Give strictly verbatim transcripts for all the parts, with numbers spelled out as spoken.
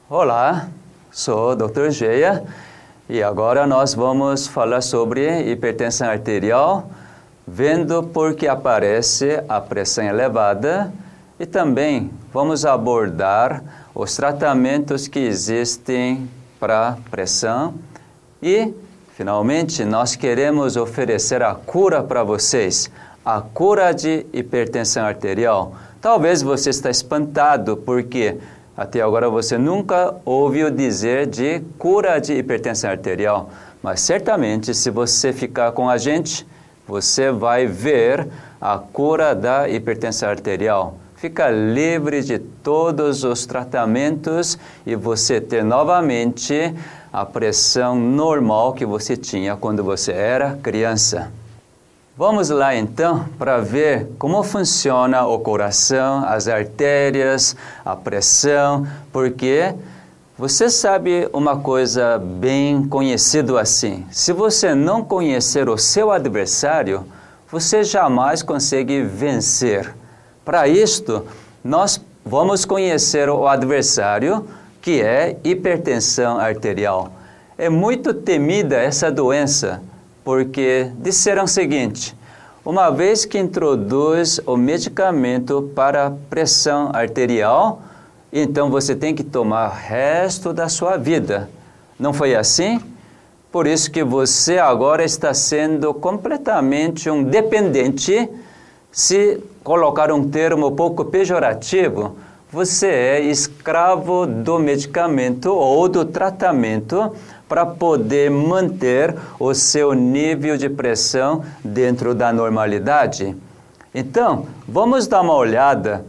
Olá, sou o doutor Geia e agora nós vamos falar sobre hipertensão arterial, vendo por que aparece a pressão elevada e também vamos abordar os tratamentos que existem para pressão e, finalmente, nós queremos oferecer a cura para vocês, a cura de hipertensão arterial. Talvez você está espantado porque até agora você nunca ouviu dizer de cura de hipertensão arterial, mas certamente se você ficar com a gente, você vai ver a cura da hipertensão arterial. Fica livre de todos os tratamentos e você ter novamente a pressão normal que você tinha quando você era criança. Vamos lá então para ver como funciona o coração, as artérias, a pressão, porque você sabe uma coisa bem conhecida assim, se você não conhecer o seu adversário, você jamais consegue vencer. Para isto, nós vamos conhecer o adversário, que é hipertensão arterial. É muito temida essa doença, porque disseram o seguinte, uma vez que introduz o medicamento para pressão arterial, então você tem que tomar o resto da sua vida. Não foi assim? Por isso que você agora está sendo completamente um dependente. Se colocar um termo um pouco pejorativo, você é escravo do medicamento ou do tratamento para poder manter o seu nível de pressão dentro da normalidade. Então, vamos dar uma olhada.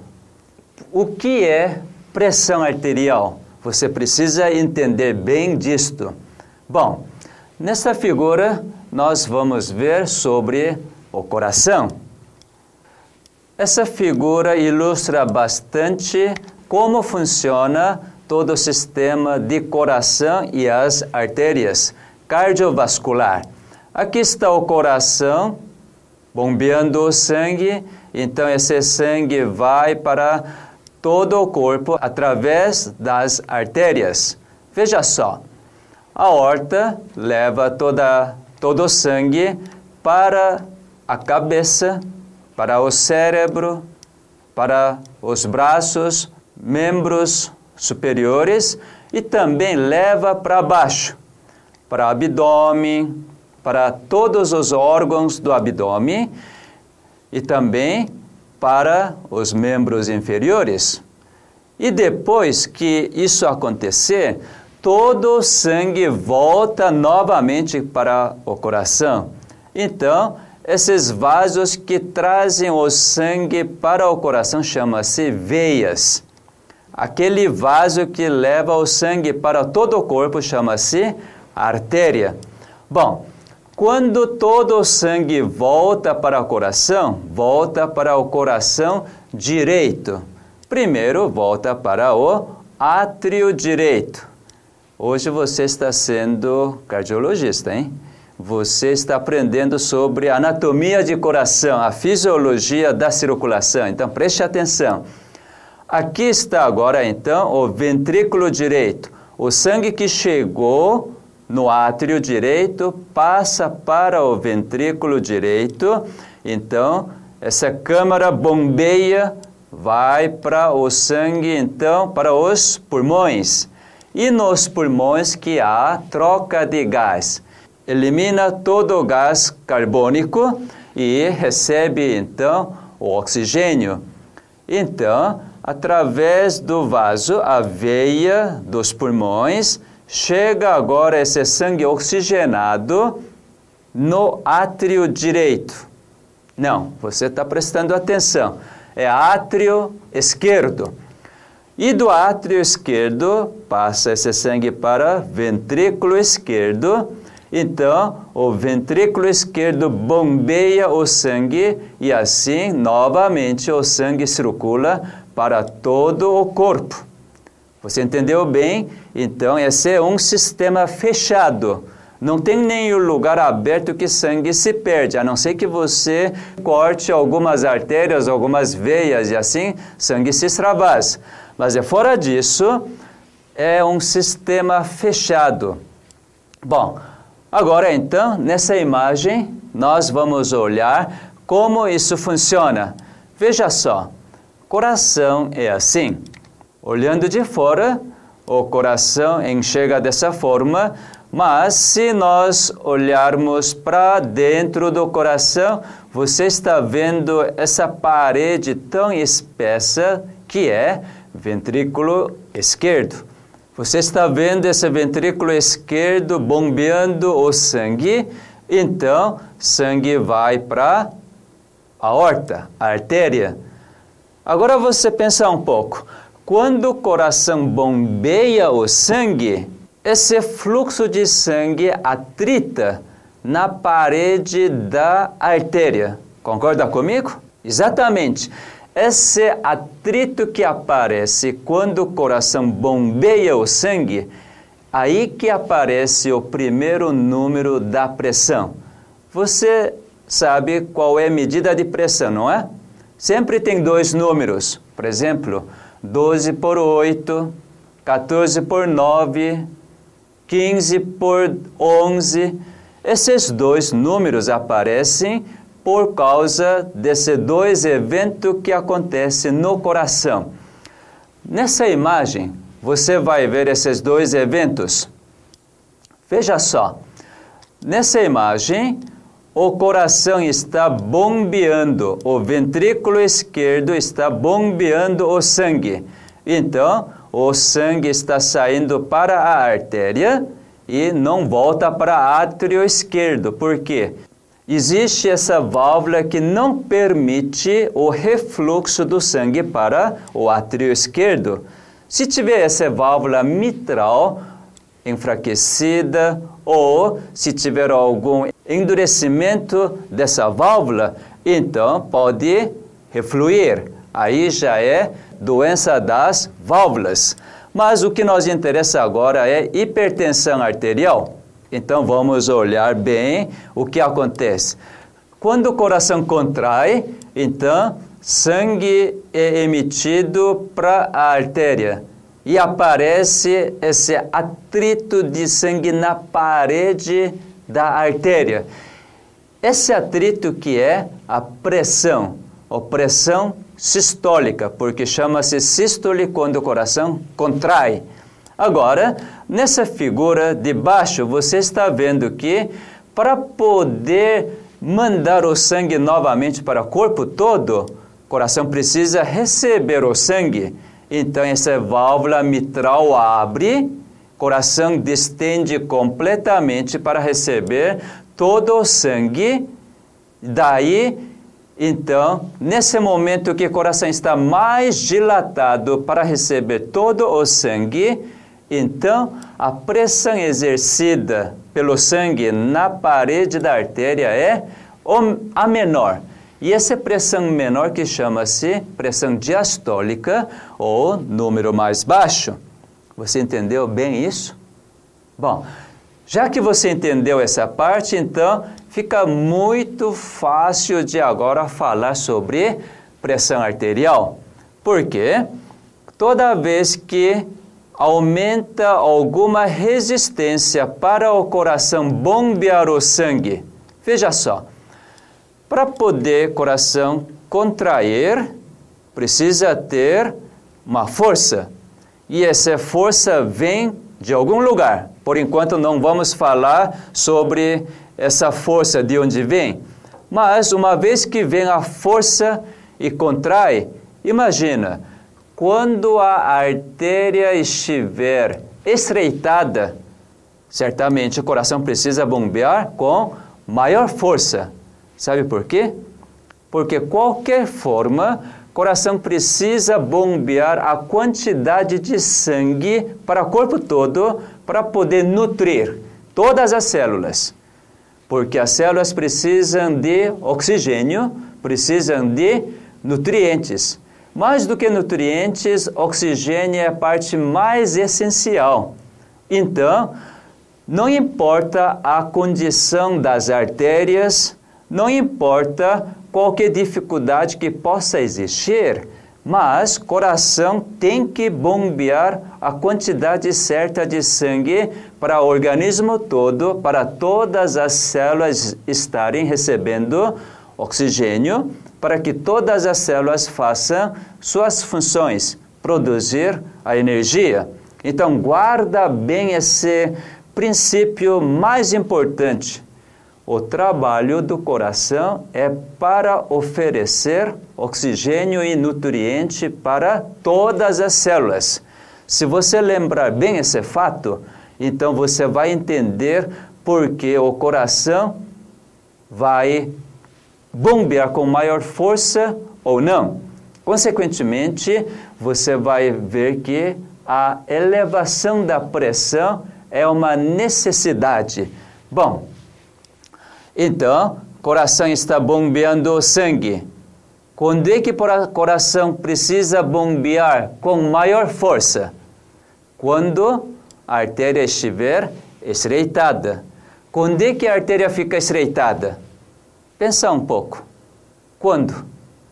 O que é pressão arterial? Você precisa entender bem disto. Bom, nessa figura nós vamos ver sobre o coração. Essa figura ilustra bastante como funciona todo o sistema de coração e as artérias cardiovascular. Aqui está o coração bombeando o sangue, então esse sangue vai para todo o corpo através das artérias. Veja só, a aorta leva toda, todo o sangue para a cabeça, para o cérebro, para os braços, membros superiores e também leva para baixo, para o abdômen, para todos os órgãos do abdômen e também para os membros inferiores. E depois que isso acontecer, todo o sangue volta novamente para o coração. Então, esses vasos que trazem o sangue para o coração chamam-se veias. Aquele vaso que leva o sangue para todo o corpo chama-se artéria. Bom, quando todo o sangue volta para o coração, volta para o coração direito. Primeiro, volta para o átrio direito. Hoje você está sendo cardiologista, hein? Você está aprendendo sobre a anatomia de coração, a fisiologia da circulação. Então, preste atenção. Aqui está agora, então, o ventrículo direito. O sangue que chegou no átrio direito passa para o ventrículo direito. Então, essa câmara bombeia, vai para o sangue, então, para os pulmões. E nos pulmões que há troca de gás. Elimina todo o gás carbônico e recebe, então, o oxigênio. Então, através do vaso, a veia dos pulmões, chega agora esse sangue oxigenado no átrio direito. Não, você está prestando atenção. É átrio esquerdo. E do átrio esquerdo, passa esse sangue para ventrículo esquerdo. Então, o ventrículo esquerdo bombeia o sangue e assim, novamente, o sangue circula para todo o corpo. Você entendeu bem? Então, esse é um sistema fechado. Não tem nenhum lugar aberto que sangue se perde, a não ser que você corte algumas artérias, algumas veias e assim, sangue se extravasa. Mas é fora disso, é um sistema fechado. Bom, agora então, nessa imagem, nós vamos olhar como isso funciona. Veja só, coração é assim. Olhando de fora, o coração enxerga dessa forma, mas se nós olharmos para dentro do coração, você está vendo essa parede tão espessa que é ventrículo esquerdo. Você está vendo esse ventrículo esquerdo bombeando o sangue, então sangue vai para a aorta, a artéria. Agora você pensa um pouco, quando o coração bombeia o sangue, esse fluxo de sangue atrita na parede da artéria. Concorda comigo? Exatamente. Esse atrito que aparece quando o coração bombeia o sangue, aí que aparece o primeiro número da pressão. Você sabe qual é a medida de pressão, não é? Sempre tem dois números. Por exemplo, doze por oito, quatorze por nove, quinze por onze. Esses dois números aparecem por causa desses dois eventos que acontecem no coração. Nessa imagem, você vai ver esses dois eventos. Veja só, nessa imagem, o coração está bombeando, o ventrículo esquerdo está bombeando o sangue. Então, o sangue está saindo para a artéria e não volta para o átrio esquerdo. Por quê? Existe essa válvula que não permite o refluxo do sangue para o átrio esquerdo. Se tiver essa válvula mitral enfraquecida ou se tiver algum endurecimento dessa válvula, então pode refluir. Aí já é doença das válvulas. Mas o que nos interessa agora é hipertensão arterial. Então vamos olhar bem o que acontece. Quando o coração contrai, então sangue é emitido para a artéria e aparece esse atrito de sangue na parede da artéria. Esse atrito que é a pressão, a pressão sistólica, porque chama-se sístole quando o coração contrai. Agora, nessa figura de baixo, você está vendo que para poder mandar o sangue novamente para o corpo todo, o coração precisa receber o sangue. Então, essa válvula mitral abre, coração distende completamente para receber todo o sangue. Daí, então, nesse momento que o coração está mais dilatado para receber todo o sangue, então a pressão exercida pelo sangue na parede da artéria é a menor. E essa pressão menor que chama-se pressão diastólica ou número mais baixo. Você entendeu bem isso? Bom, já que você entendeu essa parte, então fica muito fácil de agora falar sobre pressão arterial. Por quê? Toda vez que aumenta alguma resistência para o coração bombear o sangue, veja só, para poder o coração contrair, precisa ter uma força. E essa força vem de algum lugar. Por enquanto não vamos falar sobre essa força de onde vem. Mas uma vez que vem a força e contrai, imagina, quando a artéria estiver estreitada, certamente o coração precisa bombear com maior força. Sabe por quê? Porque qualquer forma, o coração precisa bombear a quantidade de sangue para o corpo todo para poder nutrir todas as células. Porque as células precisam de oxigênio, precisam de nutrientes. Mais do que nutrientes, oxigênio é a parte mais essencial. Então, não importa a condição das artérias, não importa qualquer dificuldade que possa existir, Mas o coração tem que bombear a quantidade certa de sangue para o organismo todo, para todas as células estarem recebendo oxigênio, para que todas as células façam suas funções, produzir a energia. Então, guarda bem esse princípio mais importante. O trabalho do coração é para oferecer oxigênio e nutriente para todas as células. Se você lembrar bem esse fato, então você vai entender por que o coração vai bombear com maior força ou não. Consequentemente, você vai ver que a elevação da pressão é uma necessidade. Bom, então, o coração está bombeando sangue. Quando é que o coração precisa bombear com maior força? Quando a artéria estiver estreitada. Quando é que a artéria fica estreitada? Pensa um pouco. Quando?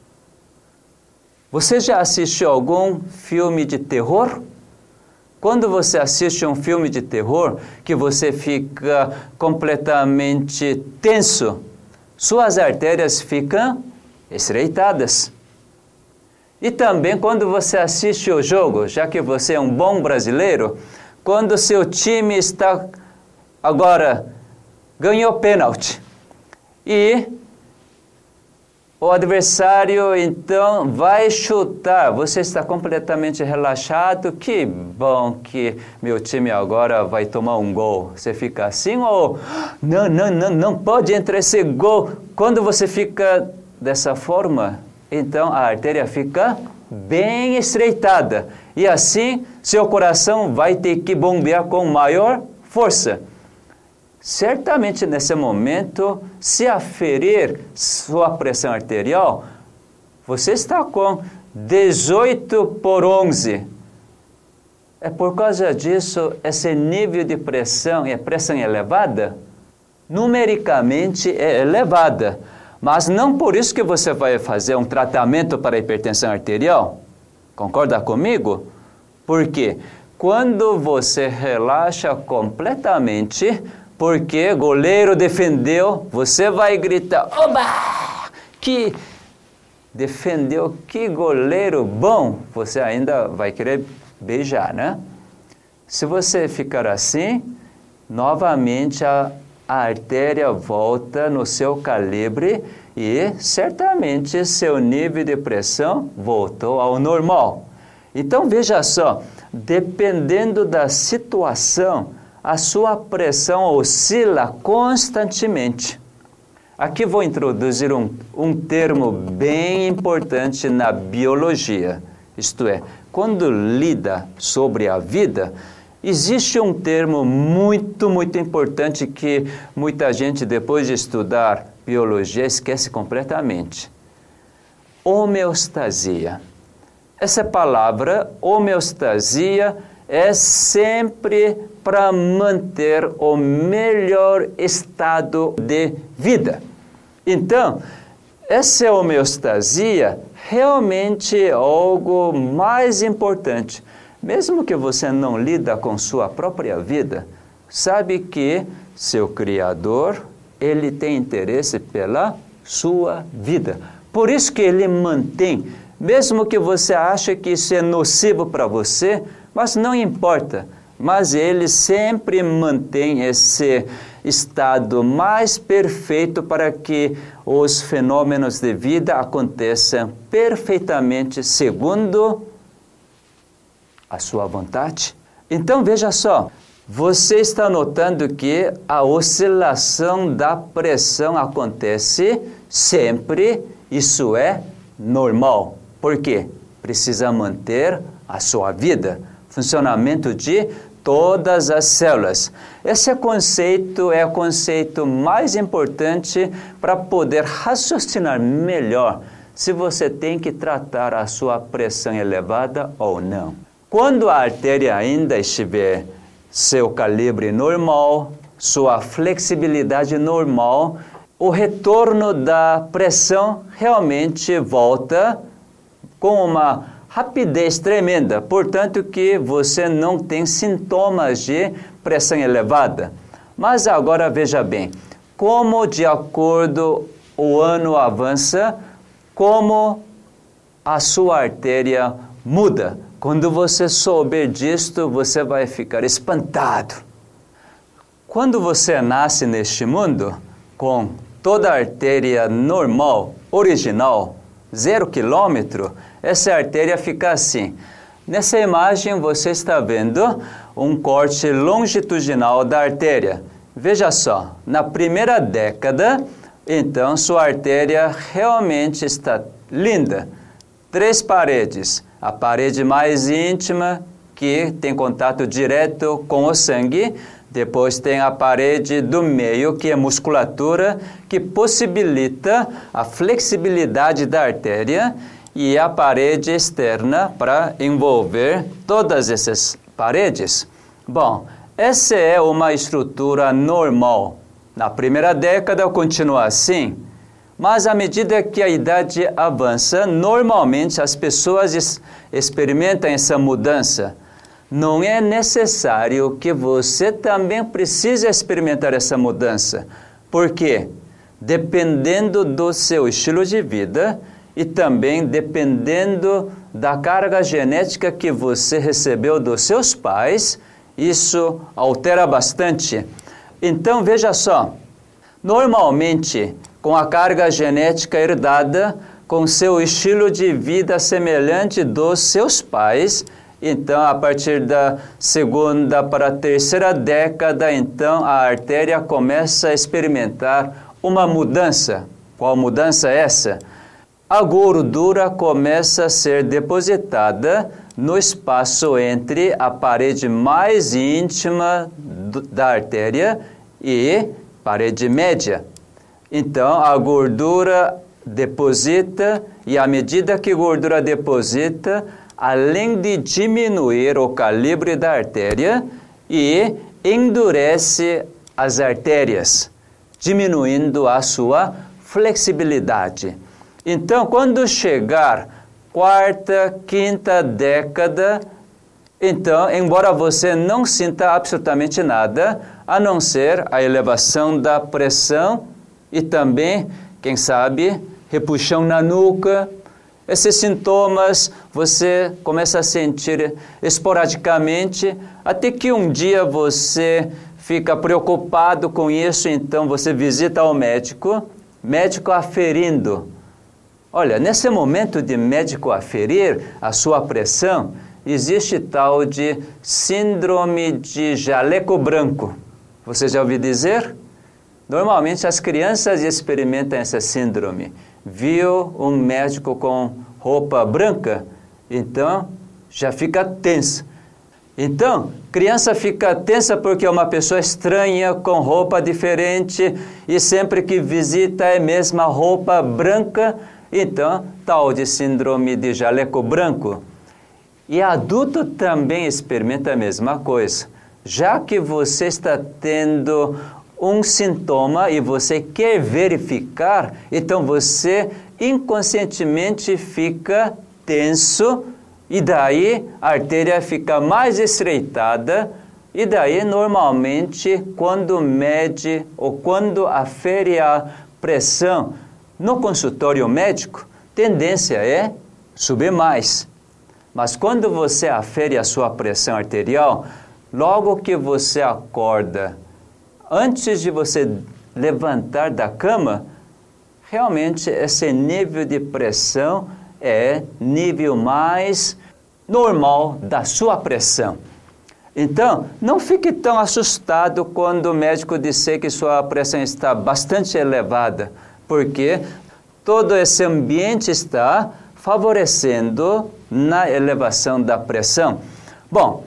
Você já assistiu algum filme de terror? Quando você assiste um filme de terror, que você fica completamente tenso, suas artérias ficam estreitadas. E também quando você assiste o jogo, já que você é um bom brasileiro, quando seu time está agora ganhou pênalti e o adversário, então, vai chutar. Você está completamente relaxado. Que bom que meu time agora vai tomar um gol. Você fica assim ou... Não, não, não, não pode entrar esse gol. Quando você fica dessa forma, então a artéria fica bem estreitada. E assim, seu coração vai ter que bombear com maior força. Certamente, nesse momento, se aferir sua pressão arterial, você está com dezoito por onze. É por causa disso, esse nível de pressão e a pressão elevada, numericamente é elevada. Mas não por isso que você vai fazer um tratamento para hipertensão arterial. Concorda comigo? Por quê? Quando você relaxa completamente, porque goleiro defendeu, você vai gritar, oba! Que defendeu, que goleiro bom! Você ainda vai querer beijar, né? Se você ficar assim, novamente a, a artéria volta no seu calibre e certamente seu nível de pressão voltou ao normal. Então veja só, dependendo da situação, a sua pressão oscila constantemente. Aqui vou introduzir um, um termo bem importante na biologia. Isto é, quando lida sobre a vida, existe um termo muito, muito importante que muita gente, depois de estudar biologia, esquece completamente. Homeostasia. Essa palavra, homeostasia, é sempre para manter o melhor estado de vida. Então, essa homeostasia realmente é algo mais importante. Mesmo que você não lida com sua própria vida, sabe que seu Criador, ele tem interesse pela sua vida. Por isso que ele mantém, mesmo que você ache que isso é nocivo para você, mas não importa, mas ele sempre mantém esse estado mais perfeito para que os fenômenos de vida aconteçam perfeitamente segundo a sua vontade. Então veja só, você está notando que a oscilação da pressão acontece sempre, isso é normal. Por quê? Precisa manter a sua vida. Funcionamento de todas as células. Esse conceito é o conceito mais importante para poder raciocinar melhor se você tem que tratar a sua pressão elevada ou não. Quando a artéria ainda estiver seu calibre normal, sua flexibilidade normal, o retorno da pressão realmente volta com uma rapidez tremenda, portanto que você não tem sintomas de pressão elevada. Mas agora veja bem, como de acordo o ano avança, como a sua artéria muda. Quando você souber disto, você vai ficar espantado. Quando você nasce neste mundo, com toda a artéria normal, original, zero quilômetro, essa artéria fica assim. Nessa imagem você está vendo um corte longitudinal da artéria. Veja só, na primeira década, então sua artéria realmente está linda. Três paredes. A parede mais íntima, que tem contato direto com o sangue. Depois tem a parede do meio, que é musculatura, que possibilita a flexibilidade da artéria. E a parede externa para envolver todas essas paredes. Bom, essa é uma estrutura normal. Na primeira década continua assim. Mas à medida que a idade avança, normalmente as pessoas es- experimentam essa mudança. Não é necessário que você também precise experimentar essa mudança. Por quê? Dependendo do seu estilo de vida e também dependendo da carga genética que você recebeu dos seus pais, isso altera bastante. Então, veja só, normalmente, com a carga genética herdada, com seu estilo de vida semelhante dos seus pais, então, a partir da segunda para a terceira década, então, a artéria começa a experimentar uma mudança. Qual mudança é essa? A gordura começa a ser depositada no espaço entre a parede mais íntima do, da artéria e parede média. Então, a gordura deposita, e à medida que a gordura deposita, além de diminuir o calibre da artéria, e endurece as artérias, diminuindo a sua flexibilidade. Então, quando chegar quarta, quinta década, então, embora você não sinta absolutamente nada, a não ser a elevação da pressão e também, quem sabe, repuxão na nuca. Esses sintomas você começa a sentir esporadicamente, até que um dia você fica preocupado com isso, então você visita o médico, médico aferindo. Olha, nesse momento de médico aferir a sua pressão, existe tal de síndrome de jaleco branco. Você já ouviu dizer? Normalmente as crianças experimentam essa síndrome. Viu um médico com roupa branca, então já fica tensa. Então, criança fica tensa porque é uma pessoa estranha, com roupa diferente, e sempre que visita é a mesma roupa branca, então, tal de síndrome de jaleco branco. E adulto também experimenta a mesma coisa. Já que você está tendo um sintoma e você quer verificar, então você inconscientemente fica tenso, e daí a artéria fica mais estreitada, e daí normalmente quando mede ou quando afere a pressão no consultório médico, tendência é subir mais. Mas quando você afere a sua pressão arterial, logo que você acorda, antes de você levantar da cama, realmente esse nível de pressão é nível mais normal da sua pressão. Então, não fique tão assustado quando o médico disser que sua pressão está bastante elevada, porque todo esse ambiente está favorecendo na elevação da pressão. Bom,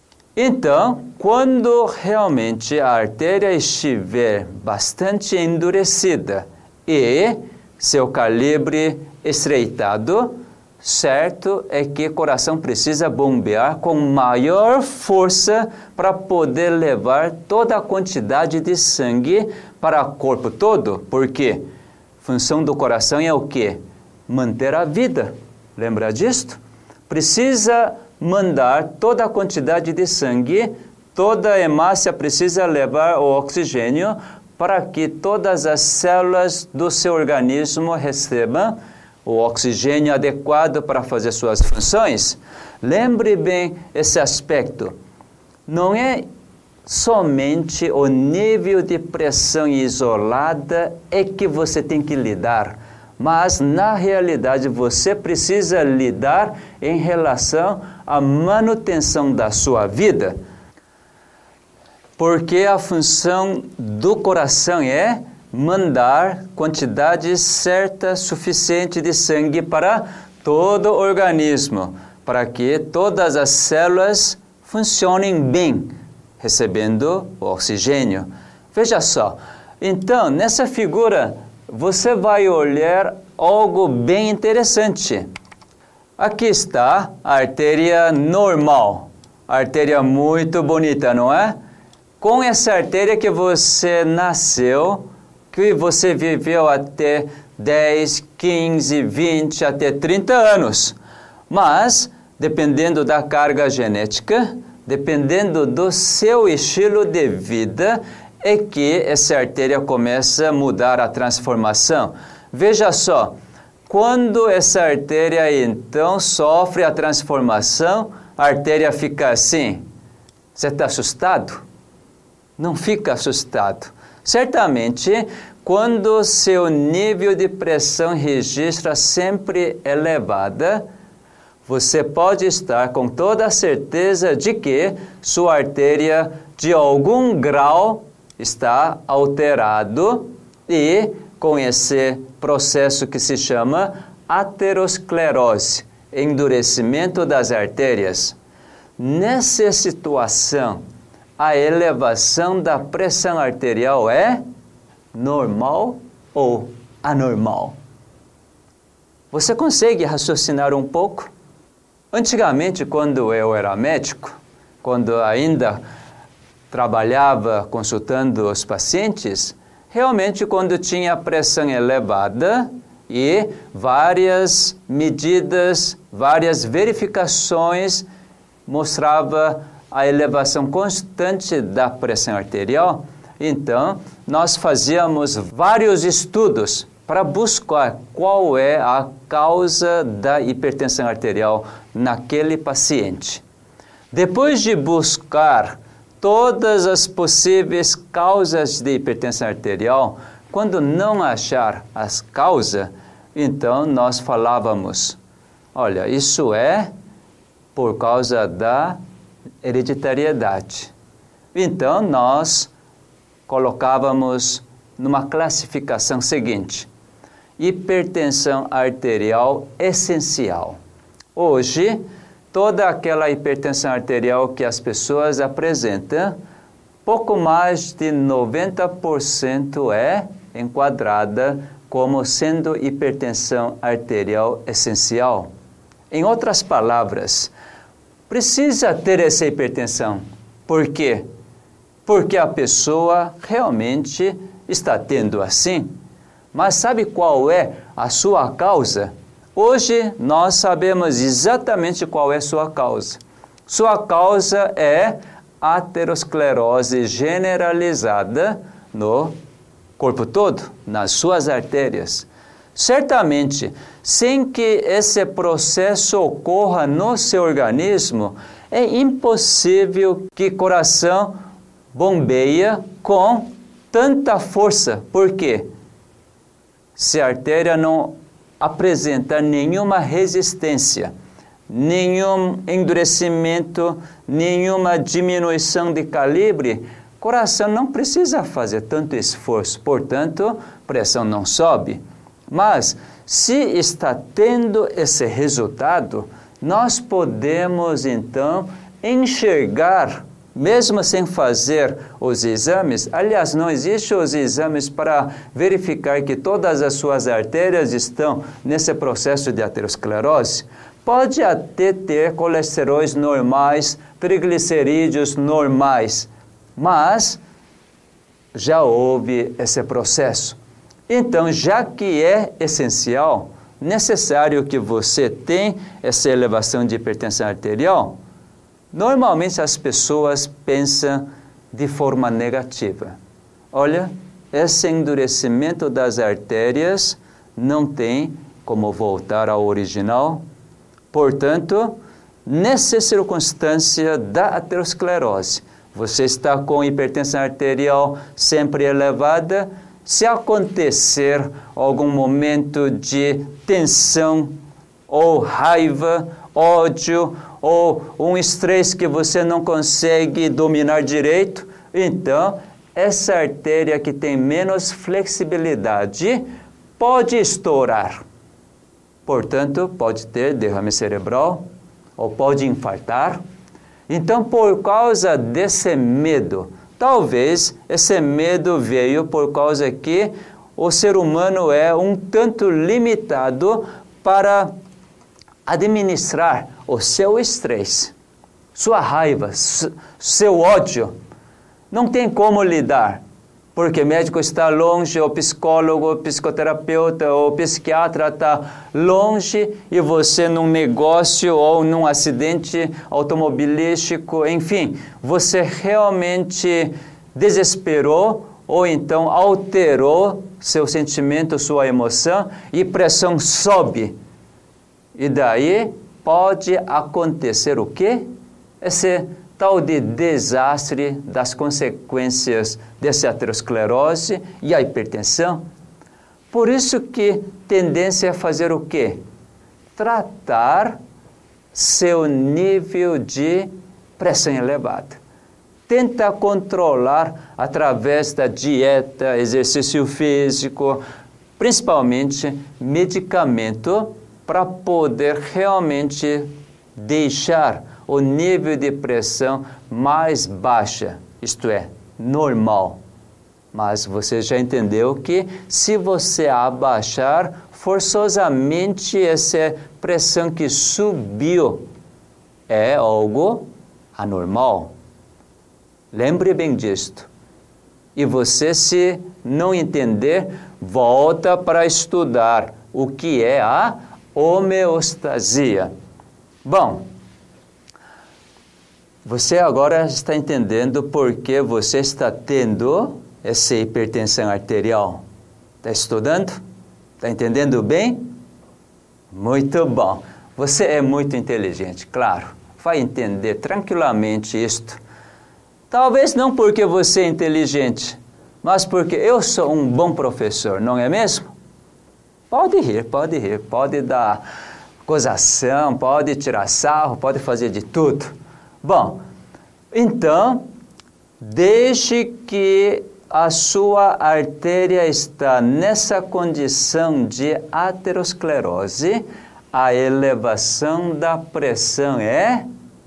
então, quando realmente a artéria estiver bastante endurecida e seu calibre estreitado, certo é que o coração precisa bombear com maior força para poder levar toda a quantidade de sangue para o corpo todo. Por quê? A função do coração é o quê? Manter a vida, Lembra disto? Precisa mandar toda a quantidade de sangue, toda a hemácia precisa levar o oxigênio para que todas as células do seu organismo recebam o oxigênio adequado para fazer suas funções. Lembre bem esse aspecto. Não é somente o nível de pressão isolada é que você tem que lidar, mas na realidade você precisa lidar em relação à manutenção da sua vida. Porque a função do coração é mandar quantidade certa, suficiente de sangue para todo o organismo, para que todas as células funcionem bem, recebendo o oxigênio. Veja só, então, nessa figura, você vai olhar algo bem interessante. Aqui está a artéria normal, artéria muito bonita, não é? Com essa artéria que você nasceu, que você viveu até dez, quinze, vinte, até trinta anos. Mas, dependendo da carga genética, dependendo do seu estilo de vida, é que essa artéria começa a mudar a transformação. Veja só, quando essa artéria então sofre a transformação, a artéria fica assim. Você está assustado? Não fica assustado. Certamente, quando seu nível de pressão registra sempre elevada, você pode estar com toda a certeza de que sua artéria, de algum grau, está alterado e com esse processo que se chama aterosclerose, endurecimento das artérias. Nessa situação, a elevação da pressão arterial é normal ou anormal? Você consegue raciocinar um pouco? Antigamente, quando eu era médico, quando ainda trabalhava consultando os pacientes, realmente quando tinha pressão elevada e várias medidas, várias verificações mostrava a elevação constante da pressão arterial, então nós fazíamos vários estudos para buscar qual é a causa da hipertensão arterial naquele paciente. Depois de buscar todas as possíveis causas de hipertensão arterial, quando não achar as causas, então nós falávamos, olha, isso é por causa da hereditariedade. Então nós colocávamos numa classificação seguinte: hipertensão arterial essencial. Hoje, toda aquela hipertensão arterial que as pessoas apresentam, pouco mais de noventa por cento é enquadrada como sendo hipertensão arterial essencial. Em outras palavras, precisa ter essa hipertensão. Por quê? Porque a pessoa realmente está tendo assim. Mas sabe qual é a sua causa? Hoje nós sabemos exatamente qual é a sua causa. Sua causa é aterosclerose generalizada no corpo todo, nas suas artérias. Certamente, sem que esse processo ocorra no seu organismo, é impossível que o coração bombeia com tanta força. Por quê? Se a artéria não apresentar nenhuma resistência, nenhum endurecimento, nenhuma diminuição de calibre, o coração não precisa fazer tanto esforço, portanto, a pressão não sobe. Mas, se está tendo esse resultado, nós podemos, então, enxergar, mesmo sem fazer os exames. Aliás, não existem os exames para verificar que todas as suas artérias estão nesse processo de aterosclerose. Pode até ter colesteróis normais, triglicerídeos normais, mas já houve esse processo. Então, já que é essencial, necessário que você tenha essa elevação de hipertensão arterial, normalmente as pessoas pensam de forma negativa. Olha, esse endurecimento das artérias não tem como voltar ao original. Portanto, nessa circunstância da aterosclerose, você está com hipertensão arterial sempre elevada. Se acontecer algum momento de tensão, ou raiva, ódio, ou um estresse que você não consegue dominar direito, então essa artéria que tem menos flexibilidade pode estourar. Portanto, pode ter derrame cerebral, ou pode infartar. Então, por causa desse medo, talvez esse medo veio por causa que o ser humano é um tanto limitado para administrar o seu estresse, sua raiva, seu ódio. Não tem como lidar, porque o médico está longe, o psicólogo, o psicoterapeuta, o psiquiatra está longe e você num negócio ou num acidente automobilístico, enfim, você realmente desesperou ou então alterou seu sentimento, sua emoção e pressão sobe. E daí pode acontecer o quê? Esse tal de desastre das consequências dessa aterosclerose e a hipertensão. Por isso que tendência é fazer o quê? Tratar seu nível de pressão elevada. Tenta controlar através da dieta, exercício físico, principalmente medicamento, para poder realmente deixar o nível de pressão mais baixa, isto é, normal. Mas você já entendeu que se você abaixar forçosamente essa pressão que subiu é algo anormal. Lembre bem disto. E você, se não entender, volta para estudar o que é a homeostasia. Bom, você agora está entendendo por que você está tendo essa hipertensão arterial. Está estudando? Está entendendo bem? Muito bom. Você é muito inteligente, claro. Vai entender tranquilamente isto. Talvez não porque você é inteligente, mas porque eu sou um bom professor, não é mesmo? Pode rir, pode rir, pode dar gozação, pode tirar sarro, pode fazer de tudo. Bom, então, desde que a sua artéria está nessa condição de aterosclerose, a elevação da pressão é,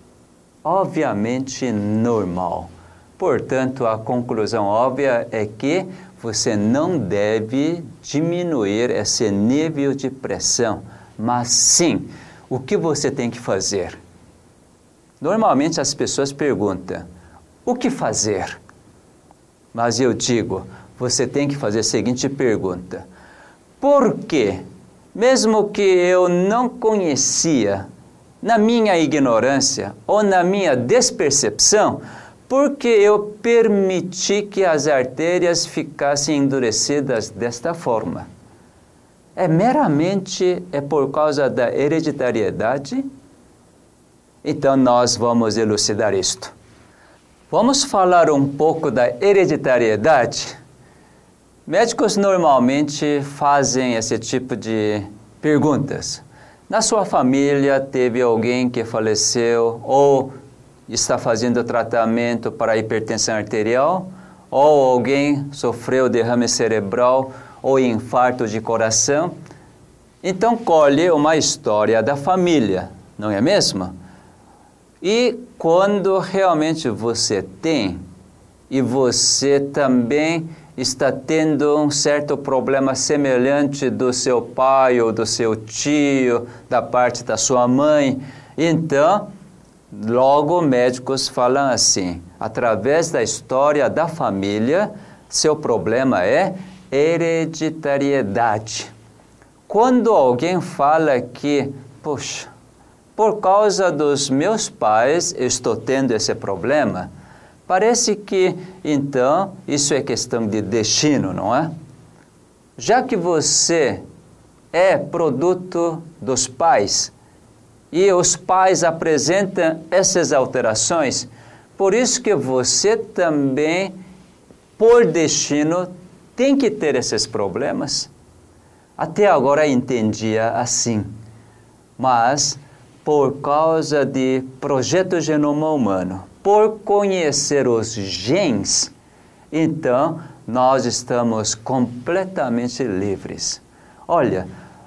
obviamente, normal. Portanto, a conclusão óbvia é que você não deve diminuir esse nível de pressão, mas sim, o que você tem que fazer? Normalmente as pessoas perguntam, o que fazer? Mas eu digo, você tem que fazer a seguinte pergunta, por quê? Mesmo que eu não conhecia, na minha ignorância ou na minha despercepção, porque eu permiti que as artérias ficassem endurecidas desta forma? É meramente é por causa da hereditariedade? Então nós vamos elucidar isto. Vamos falar um pouco da hereditariedade? Médicos normalmente fazem esse tipo de perguntas. Na sua família teve alguém que faleceu ou está fazendo tratamento para hipertensão arterial, ou alguém sofreu derrame cerebral ou infarto de coração. Então colhe uma história da família, não é mesmo? E quando realmente você tem, e você também está tendo um certo problema semelhante do seu pai ou do seu tio, da parte da sua mãe, então, logo médicos falam assim, através da história da família, seu problema é hereditariedade. quando alguém fala que, poxa, por causa dos meus pais eu estou tendo esse problema, parece que, então, isso é questão de destino, não é? Já que você é produto dos pais, e os pais apresentam essas alterações, por isso que você também, por destino, tem que ter esses problemas. Até agora entendia assim, mas por causa de projeto Genoma Humano, por conhecer os genes, então nós estamos completamente livres. Olha,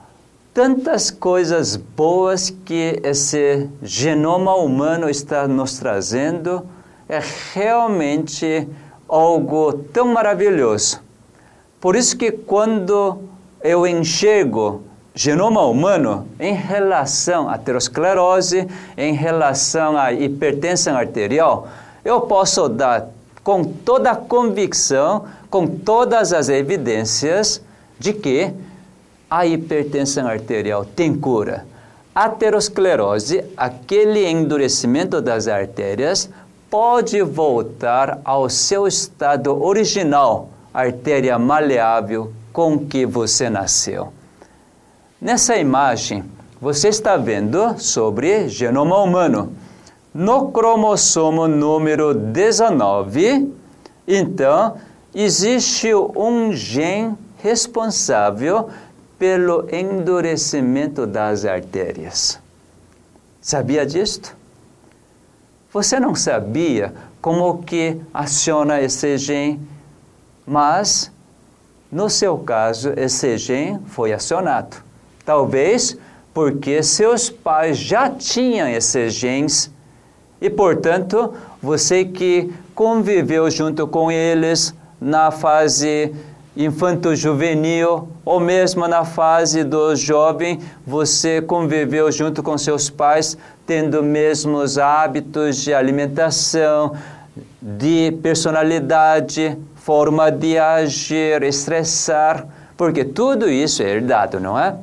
tantas coisas boas que esse genoma humano está nos trazendo, é realmente algo tão maravilhoso. Por isso que quando eu enxergo genoma humano em relação à aterosclerose, em relação à hipertensão arterial, eu posso dar com toda a convicção, com todas as evidências de que a hipertensão arterial tem cura. A aterosclerose, aquele endurecimento das artérias, pode voltar ao seu estado original, artéria maleável com que você nasceu. Nessa imagem, você está vendo sobre genoma humano. No cromossomo número dezenove, então, existe um gene responsável pelo endurecimento das artérias. Sabia disto? Você não sabia como que aciona esse gene, mas, no seu caso, esse gene foi acionado. Talvez porque seus pais já tinham esses genes e, portanto, você que conviveu junto com eles na fase infanto-juvenil ou mesmo na fase do jovem, você conviveu junto com seus pais, tendo mesmos hábitos de alimentação, de personalidade, forma de agir, estressar, porque tudo isso é herdado, não é?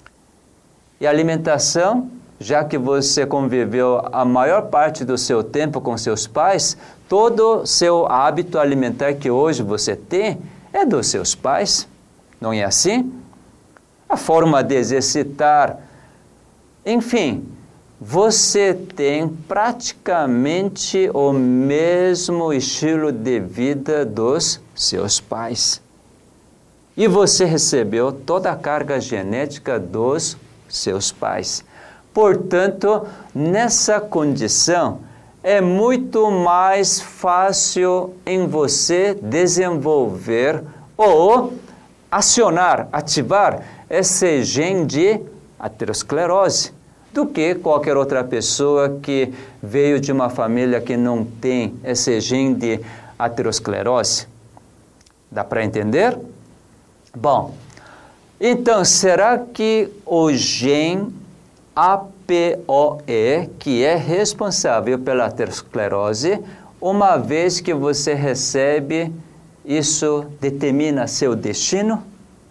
E alimentação, já que você conviveu a maior parte do seu tempo com seus pais, todo o seu hábito alimentar que hoje você tem é dos seus pais, não é assim? A forma de exercitar, enfim, você tem praticamente o mesmo estilo de vida dos seus pais. E você recebeu toda a carga genética dos seus pais. Portanto, nessa condição, é muito mais fácil em você desenvolver ou acionar, ativar esse gene de aterosclerose do que qualquer outra pessoa que veio de uma família que não tem esse gene de aterosclerose. Dá para entender? Bom, então, será que o gene A P O E, que é responsável pela aterosclerose, uma vez que você recebe, isso determina seu destino?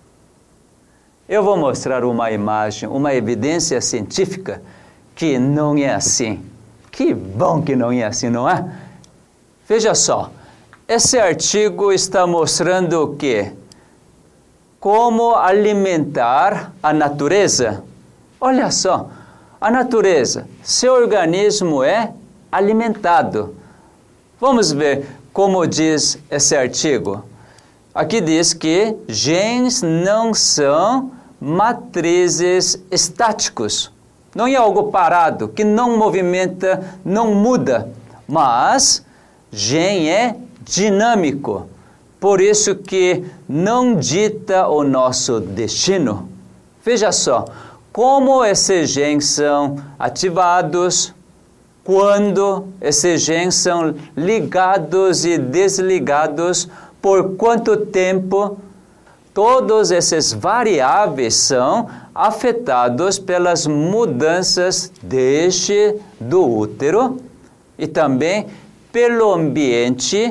Eu vou mostrar uma imagem, uma evidência científica que não é assim. Que bom que não é assim, não é? Veja só, esse artigo está mostrando o quê? Como alimentar a natureza. Olha só, a natureza, seu organismo é alimentado. Vamos ver como diz esse artigo. Aqui diz que genes não são matrizes estáticos. Não é algo parado, que não movimenta, não muda. Mas gene é dinâmico. Por isso que não dita o nosso destino. Veja só, como esses genes são ativados, quando esses genes são ligados e desligados, por quanto tempo, todos esses variáveis são afetados pelas mudanças desde do útero e também pelo ambiente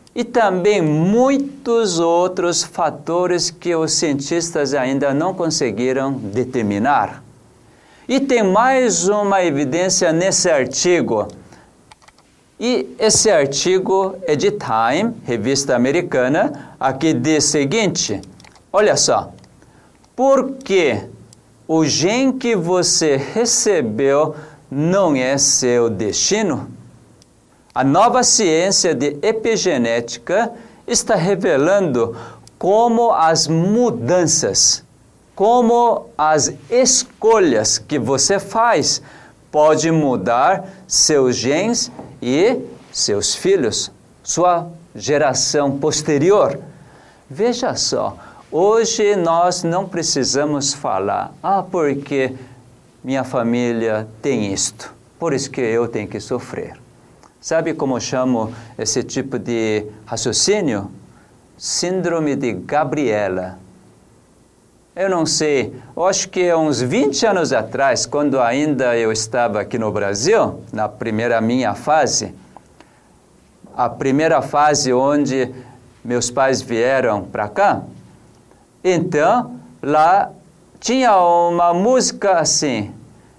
e também muitos outros fatores que os cientistas ainda não conseguiram determinar. E tem mais uma evidência nesse artigo. E esse artigo é de Time, revista americana, aqui diz o seguinte, olha só, porque o gene que você recebeu não é seu destino? A nova ciência de epigenética está revelando como as mudanças, como as escolhas que você faz pode mudar seus genes e seus filhos, sua geração posterior. Veja só, hoje nós não precisamos falar, ah, porque minha família tem isto, por isso que eu tenho que sofrer. Sabe como eu chamo esse tipo de raciocínio? Síndrome de Gabriela. Eu não sei, eu acho que há uns vinte anos atrás, quando ainda eu estava aqui no Brasil, na primeira minha fase, a primeira fase onde meus pais vieram para cá, então, lá tinha uma música assim,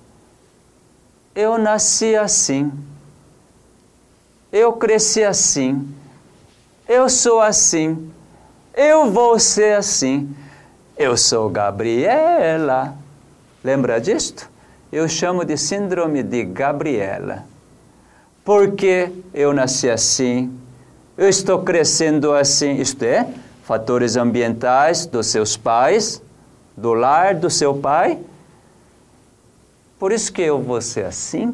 eu nasci assim, eu cresci assim, eu sou assim, eu vou ser assim. Eu sou Gabriela. Lembra disto? Eu chamo de síndrome de Gabriela. Porque eu nasci assim, eu estou crescendo assim, isto é, fatores ambientais dos seus pais, do lar do seu pai. Por isso que eu vou ser assim.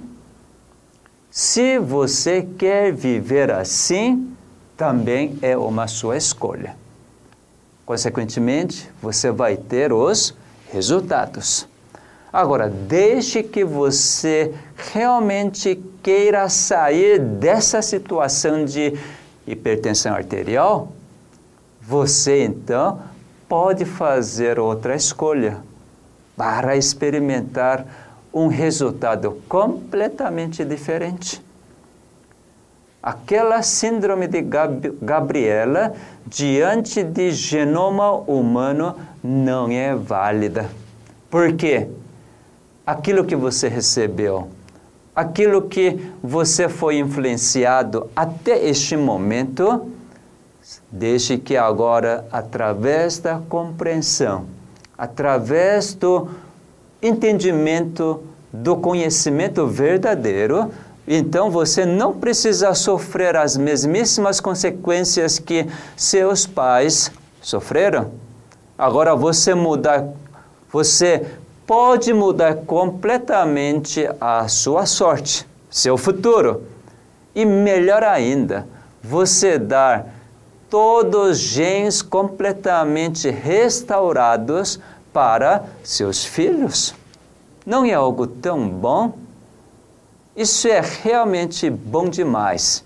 Se você quer viver assim, também é uma sua escolha. Consequentemente, você vai ter os resultados. Agora, desde que você realmente queira sair dessa situação de hipertensão arterial, você então pode fazer outra escolha para experimentar um resultado completamente diferente. Aquela síndrome de Gab- Gabriela diante de genoma humano não é válida. Por quê? Aquilo que você recebeu, aquilo que você foi influenciado até este momento, desde que agora, através da compreensão, através do entendimento, do conhecimento verdadeiro, então você não precisa sofrer as mesmíssimas consequências que seus pais sofreram. Agora você mudar, você pode mudar completamente a sua sorte, seu futuro. E melhor ainda, você dar todos os genes completamente restaurados para seus filhos. Não é algo tão bom? Isso é realmente bom demais.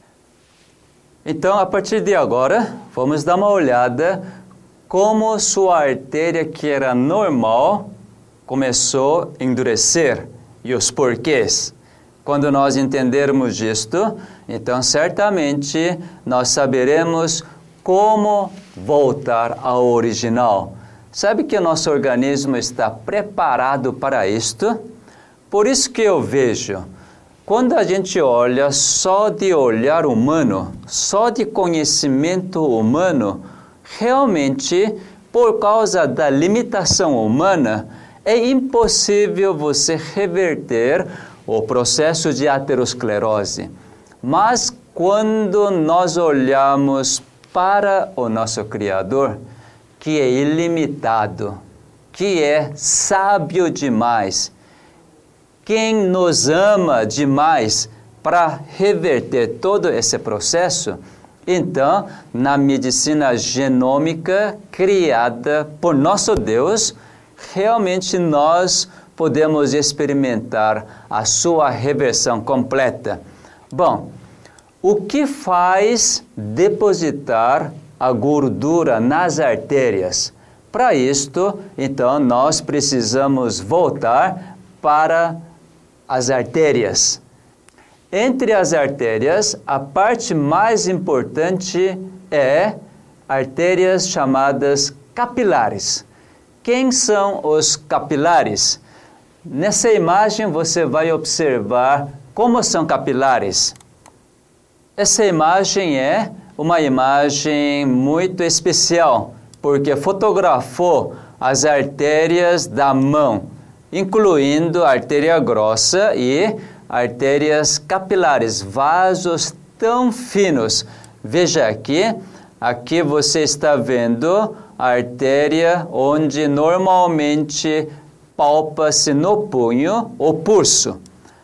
Então, a partir de agora, vamos dar uma olhada como sua artéria, que era normal, começou a endurecer e os porquês. Quando nós entendermos isto, então certamente nós saberemos como voltar ao original. Sabe que o nosso organismo está preparado para isto? Por isso que eu vejo, quando a gente olha só de olhar humano, só de conhecimento humano, realmente, por causa da limitação humana, é impossível você reverter o processo de aterosclerose. Mas quando nós olhamos para o nosso Criador, que é ilimitado, que é sábio demais, quem nos ama demais para reverter todo esse processo, então, na medicina genômica criada por nosso Deus, realmente nós podemos experimentar a sua reversão completa. Bom, o que faz depositar a gordura nas artérias? Para isto, então, nós precisamos voltar para as artérias. Entre as artérias, a parte mais importante é artérias chamadas capilares. Quem são os capilares? Nessa imagem você vai observar como são capilares. Essa imagem é uma imagem muito especial, porque fotografou as artérias da mão, incluindo a artéria grossa e artérias capilares, vasos tão finos. Veja aqui, aqui você está vendo a artéria onde normalmente palpa-se no punho o pulso.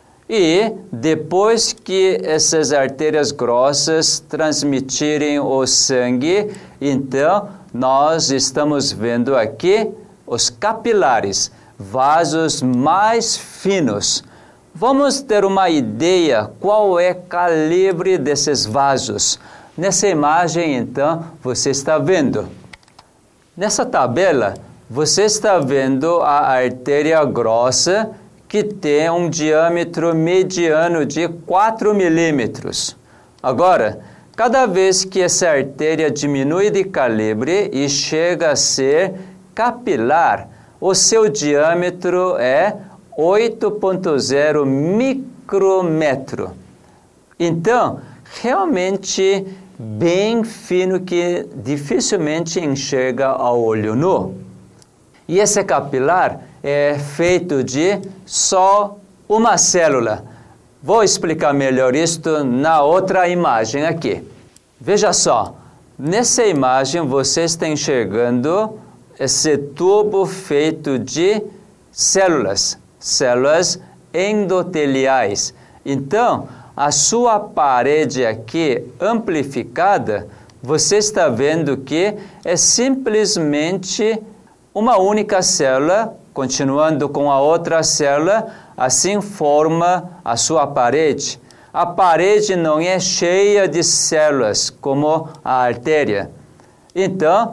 E depois que essas artérias grossas transmitirem o sangue, então nós estamos vendo aqui os capilares, vasos mais finos. Vamos ter uma ideia qual é o calibre desses vasos. Nessa imagem, então, você está vendo. Nessa tabela, você está vendo a artéria grossa, que tem um diâmetro mediano de quatro milímetros. Agora, cada vez que essa artéria diminui de calibre e chega a ser capilar, o seu diâmetro é oito vírgula zero micrômetro. Então, realmente bem fino que dificilmente enxerga ao olho nu. E esse capilar é feito de só uma célula. Vou explicar melhor isto na outra imagem aqui. Veja só, nessa imagem você está enxergando esse tubo feito de células, células endoteliais. Então, a sua parede aqui amplificada, você está vendo que é simplesmente uma única célula, continuando com a outra célula, assim forma a sua parede. A parede não é cheia de células, como a artéria. Então,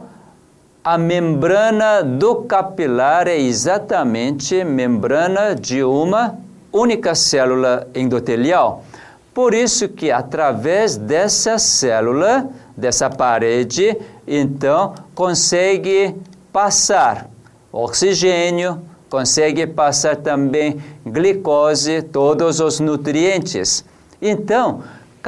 a membrana do capilar é exatamente membrana de uma única célula endotelial. Por isso que, através dessa célula, dessa parede, então, consegue passar oxigênio, consegue passar também glicose, todos os nutrientes. Então,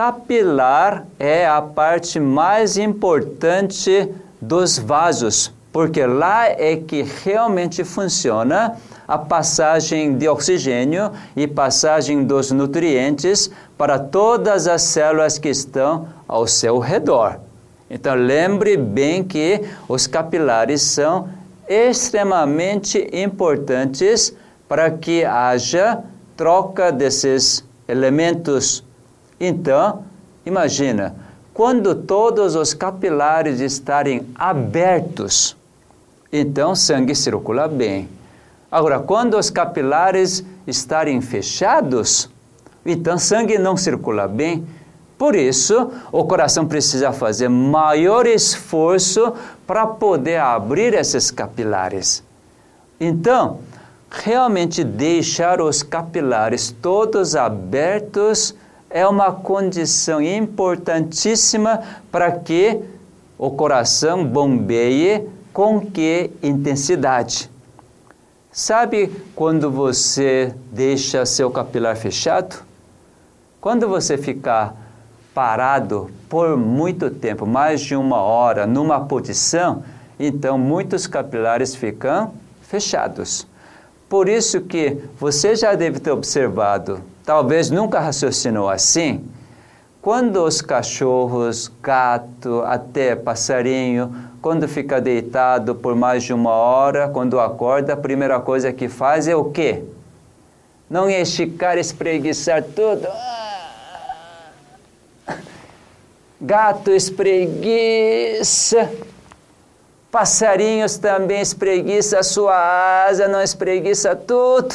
capilar é a parte mais importante dos vasos, porque lá é que realmente funciona a passagem de oxigênio e passagem dos nutrientes para todas as células que estão ao seu redor. Então, lembre bem que os capilares são extremamente importantes para que haja troca desses elementos. Então, imagina, quando todos os capilares estarem abertos, então o sangue circula bem. Agora, quando os capilares estarem fechados, então o sangue não circula bem. Por isso, o coração precisa fazer maior esforço para poder abrir esses capilares. Então, realmente deixar os capilares todos abertos é uma condição importantíssima para que o coração bombeie com que intensidade. Sabe quando você deixa seu capilar fechado? Quando você ficar parado por muito tempo, mais de uma hora, numa posição, então muitos capilares ficam fechados. Por isso que você já deve ter observado, talvez nunca raciocinou assim, quando os cachorros, gato, até passarinho, quando fica deitado por mais de uma hora, quando acorda, a primeira coisa que faz é o quê? Não é esticar, espreguiçar tudo. Gato espreguiça, passarinhos também espreguiça a sua asa, não espreguiça tudo.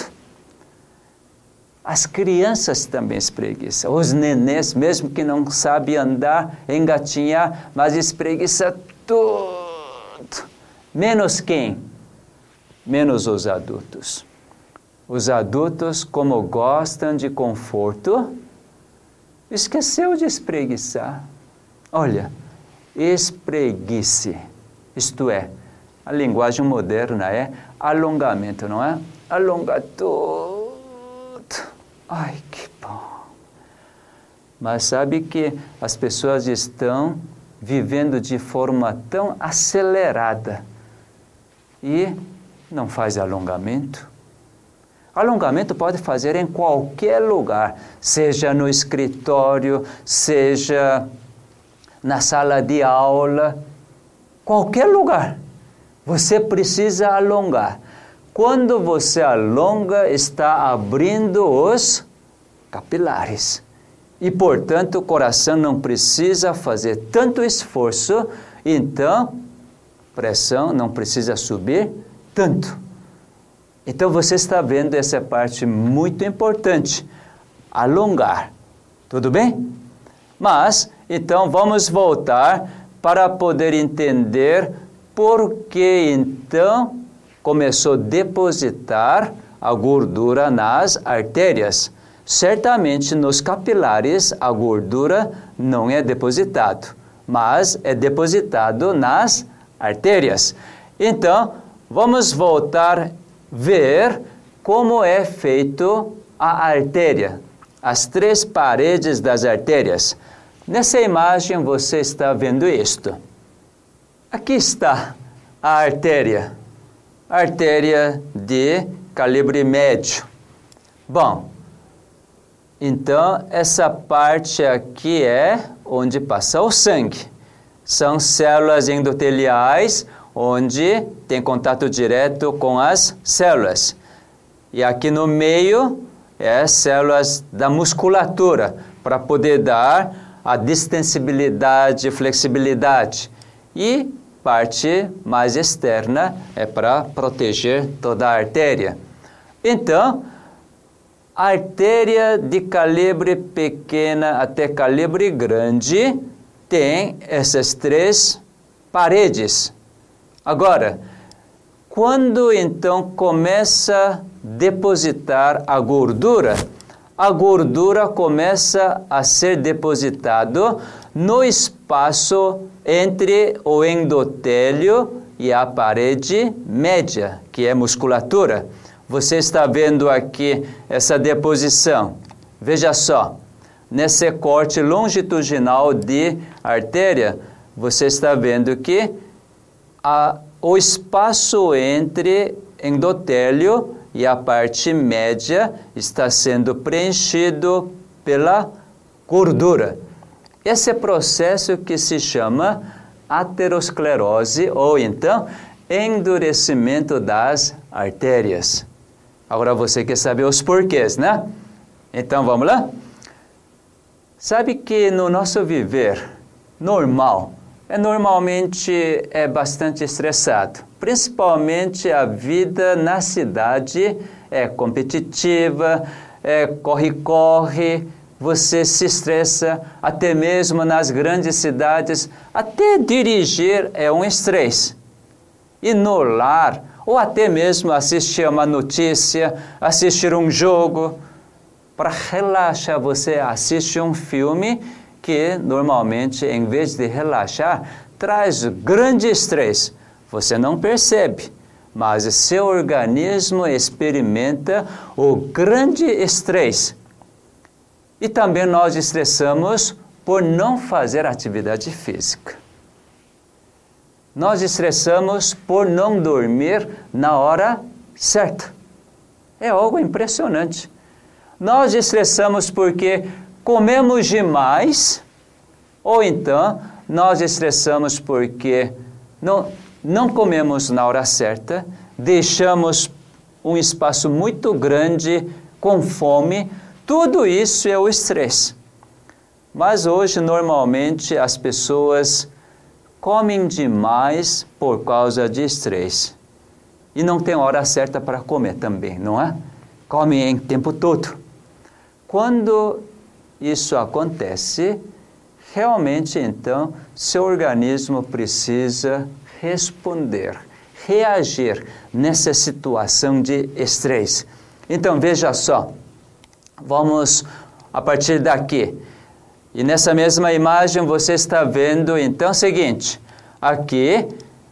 As crianças também espreguiçam, os nenês, mesmo que não sabem andar, engatinhar, mas espreguiça tudo. Menos quem? Menos os adultos. Os adultos, como gostam de conforto, esqueceu de espreguiçar. Olha, espreguice. Isto é, a linguagem moderna é alongamento, não é? Alonga tudo. Ai, que bom. Mas sabe que as pessoas estão vivendo de forma tão acelerada e não faz alongamento. Alongamento pode fazer em qualquer lugar, seja no escritório, seja na sala de aula, qualquer lugar. Você precisa alongar. Quando você alonga, está abrindo os capilares. E, portanto, o coração não precisa fazer tanto esforço, então, pressão não precisa subir tanto. Então, você está vendo essa parte muito importante, alongar. Tudo bem? Mas, então, vamos voltar para poder entender por que, então, começou a depositar a gordura nas artérias. Certamente, nos capilares, a gordura não é depositado, mas é depositado nas artérias. Então, vamos voltar a ver como é feito a artéria, as três paredes das artérias. Nessa imagem, você está vendo isto. Aqui está a artéria, artéria de calibre médio. Bom, então, essa parte aqui é onde passa o sangue. São células endoteliais, onde tem contato direto com as células. E aqui no meio, é células da musculatura, para poder dar a distensibilidade, flexibilidade. E parte mais externa é para proteger toda a artéria. Então, a artéria de calibre pequena até calibre grande tem essas três paredes. Agora, quando então começa a depositar a gordura, a gordura começa a ser depositada no espaço entre o endotélio e a parede média, que é musculatura. Você está vendo aqui essa deposição. Veja só, nesse corte longitudinal de artéria, você está vendo que a, o espaço entre endotélio e a parte média está sendo preenchido pela gordura. Esse é processo que se chama aterosclerose, ou então endurecimento das artérias. Agora você quer saber os porquês, né? Então vamos lá? Sabe que no nosso viver normal, é normalmente é bastante estressado. Principalmente a vida na cidade é competitiva, é corre-corre, você se estressa, até mesmo nas grandes cidades, até dirigir é um estresse. E no lar, ou até mesmo assistir uma notícia, assistir um jogo, para relaxar você assiste um filme que normalmente, em vez de relaxar, traz grande estresse. Você não percebe, mas seu organismo experimenta o grande estresse. E também nós estressamos por não fazer atividade física. Nós estressamos por não dormir na hora certa. É algo impressionante. Nós estressamos porque comemos demais, ou então nós estressamos porque não, não comemos na hora certa, deixamos um espaço muito grande com fome. Tudo isso é o estresse. Mas hoje, normalmente, as pessoas comem demais por causa de estresse. E não tem hora certa para comer também, não é? Comem em tempo todo. Quando isso acontece, realmente, então, seu organismo precisa responder, reagir nessa situação de estresse. Então, veja só. Vamos, a partir daqui, E nessa mesma imagem você está vendo, então, o seguinte, aqui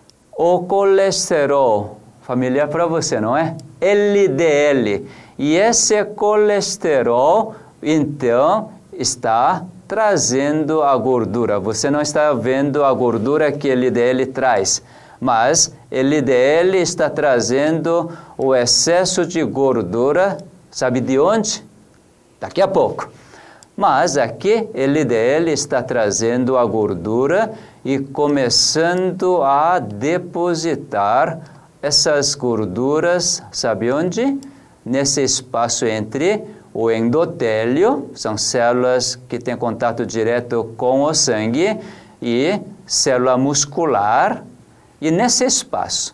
o colesterol, familiar para você, não é? L D L. E esse colesterol, então, está trazendo a gordura. Você não está vendo a gordura que L D L traz, mas L D L está trazendo o excesso de gordura, sabe de onde? Daqui a pouco. Mas aqui L D L está trazendo a gordura e começando a depositar essas gorduras, sabe onde? Nesse espaço entre o endotélio, são células que têm contato direto com o sangue, e célula muscular, e nesse espaço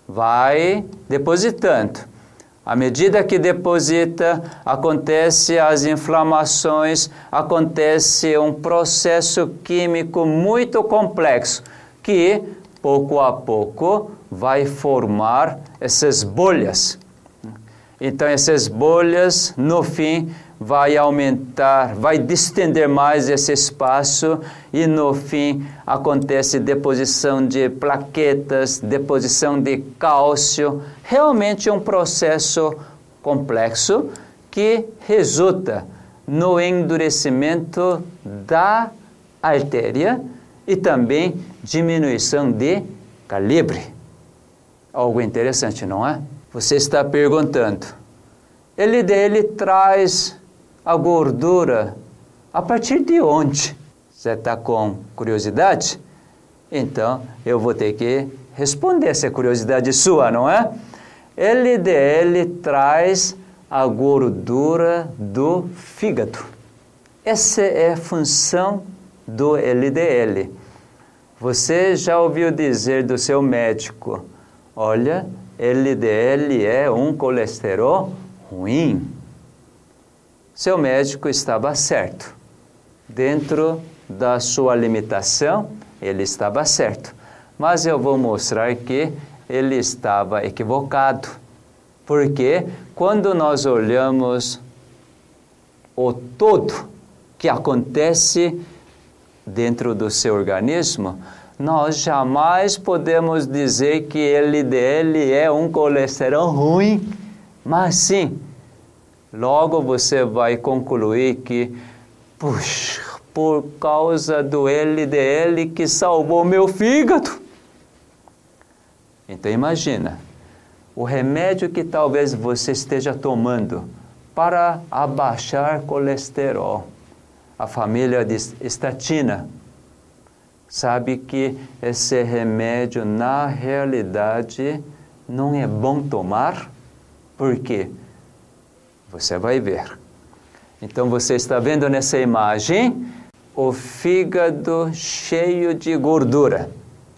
vai depositando. À medida que deposita, acontece as inflamações, acontece um processo químico muito complexo, que pouco a pouco vai formar essas bolhas. Então, essas bolhas, no fim, vai aumentar, vai distender mais esse espaço e, no fim, acontece deposição de plaquetas, deposição de cálcio. Realmente um processo complexo que resulta no endurecimento da artéria e também diminuição de calibre. Algo interessante, não é? Você está perguntando, L D L traz a gordura a partir de onde? Você está com curiosidade? Então, eu vou ter que responder essa curiosidade sua, não é? L D L traz a gordura do fígado. Essa é a função do L D L. Você já ouviu dizer do seu médico, olha, L D L é um colesterol ruim. Seu médico estava certo. Dentro da sua limitação, ele estava certo. Mas eu vou mostrar que ele estava equivocado. Porque quando nós olhamos o todo que acontece dentro do seu organismo, nós jamais podemos dizer que L D L é um colesterol ruim, mas sim, logo você vai concluir que, puxa, por causa do L D L que salvou meu fígado. Então imagina, o remédio que talvez você esteja tomando para abaixar colesterol, a família de estatina, sabe que esse remédio, na realidade, não é bom tomar? Por quê? Você vai ver. Então, você está vendo nessa imagem o fígado cheio de gordura.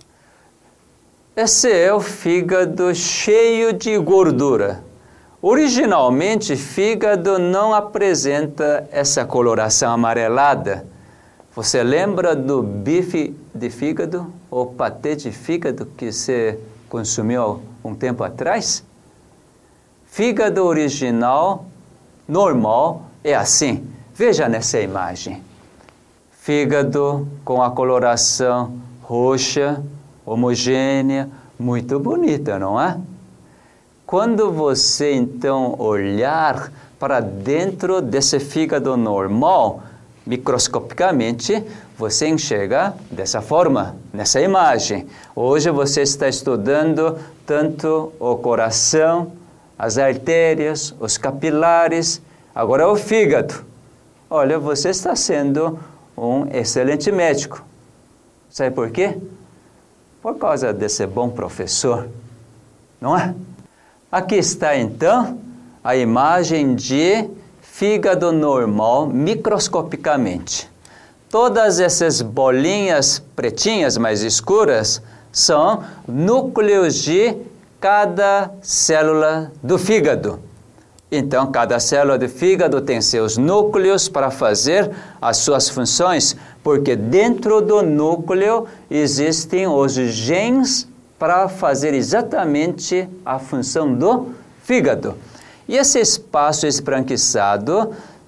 Esse é o fígado cheio de gordura. Originalmente, fígado não apresenta essa coloração amarelada. Você lembra do bife de fígado, ou patê de fígado que você consumiu um tempo atrás? Fígado original, normal, é assim. Veja nessa imagem. Fígado com a coloração roxa, homogênea, muito bonita, não é? Quando você, então, olhar para dentro desse fígado normal, microscopicamente, você enxerga dessa forma, nessa imagem. Hoje você está estudando tanto o coração, as artérias, os capilares, agora o fígado. Olha, você está sendo um excelente médico. Sabe por quê? Por causa desse bom professor, não é? Aqui está, então, a imagem de fígado normal microscopicamente. Todas essas bolinhas pretinhas mais escuras são núcleos de cada célula do fígado. Então, cada célula do fígado tem seus núcleos para fazer as suas funções, porque dentro do núcleo existem os genes para fazer exatamente a função do fígado. E esse espaço esbranquiçado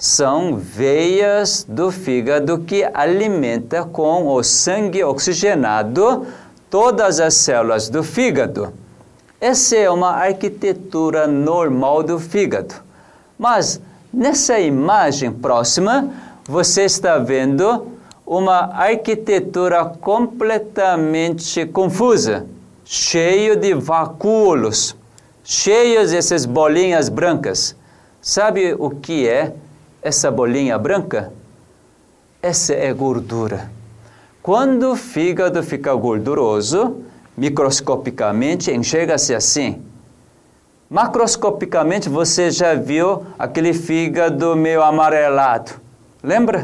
são veias do fígado que alimenta com o sangue oxigenado todas as células do fígado. Essa é uma arquitetura normal do fígado. Mas nessa imagem próxima, você está vendo uma arquitetura completamente confusa, cheio de vacúolos, cheios dessas bolinhas brancas. Sabe o que é essa bolinha branca? Essa é gordura. Quando o fígado fica gorduroso, microscopicamente enxerga-se assim. Macroscopicamente você já viu aquele fígado meio amarelado. Lembra?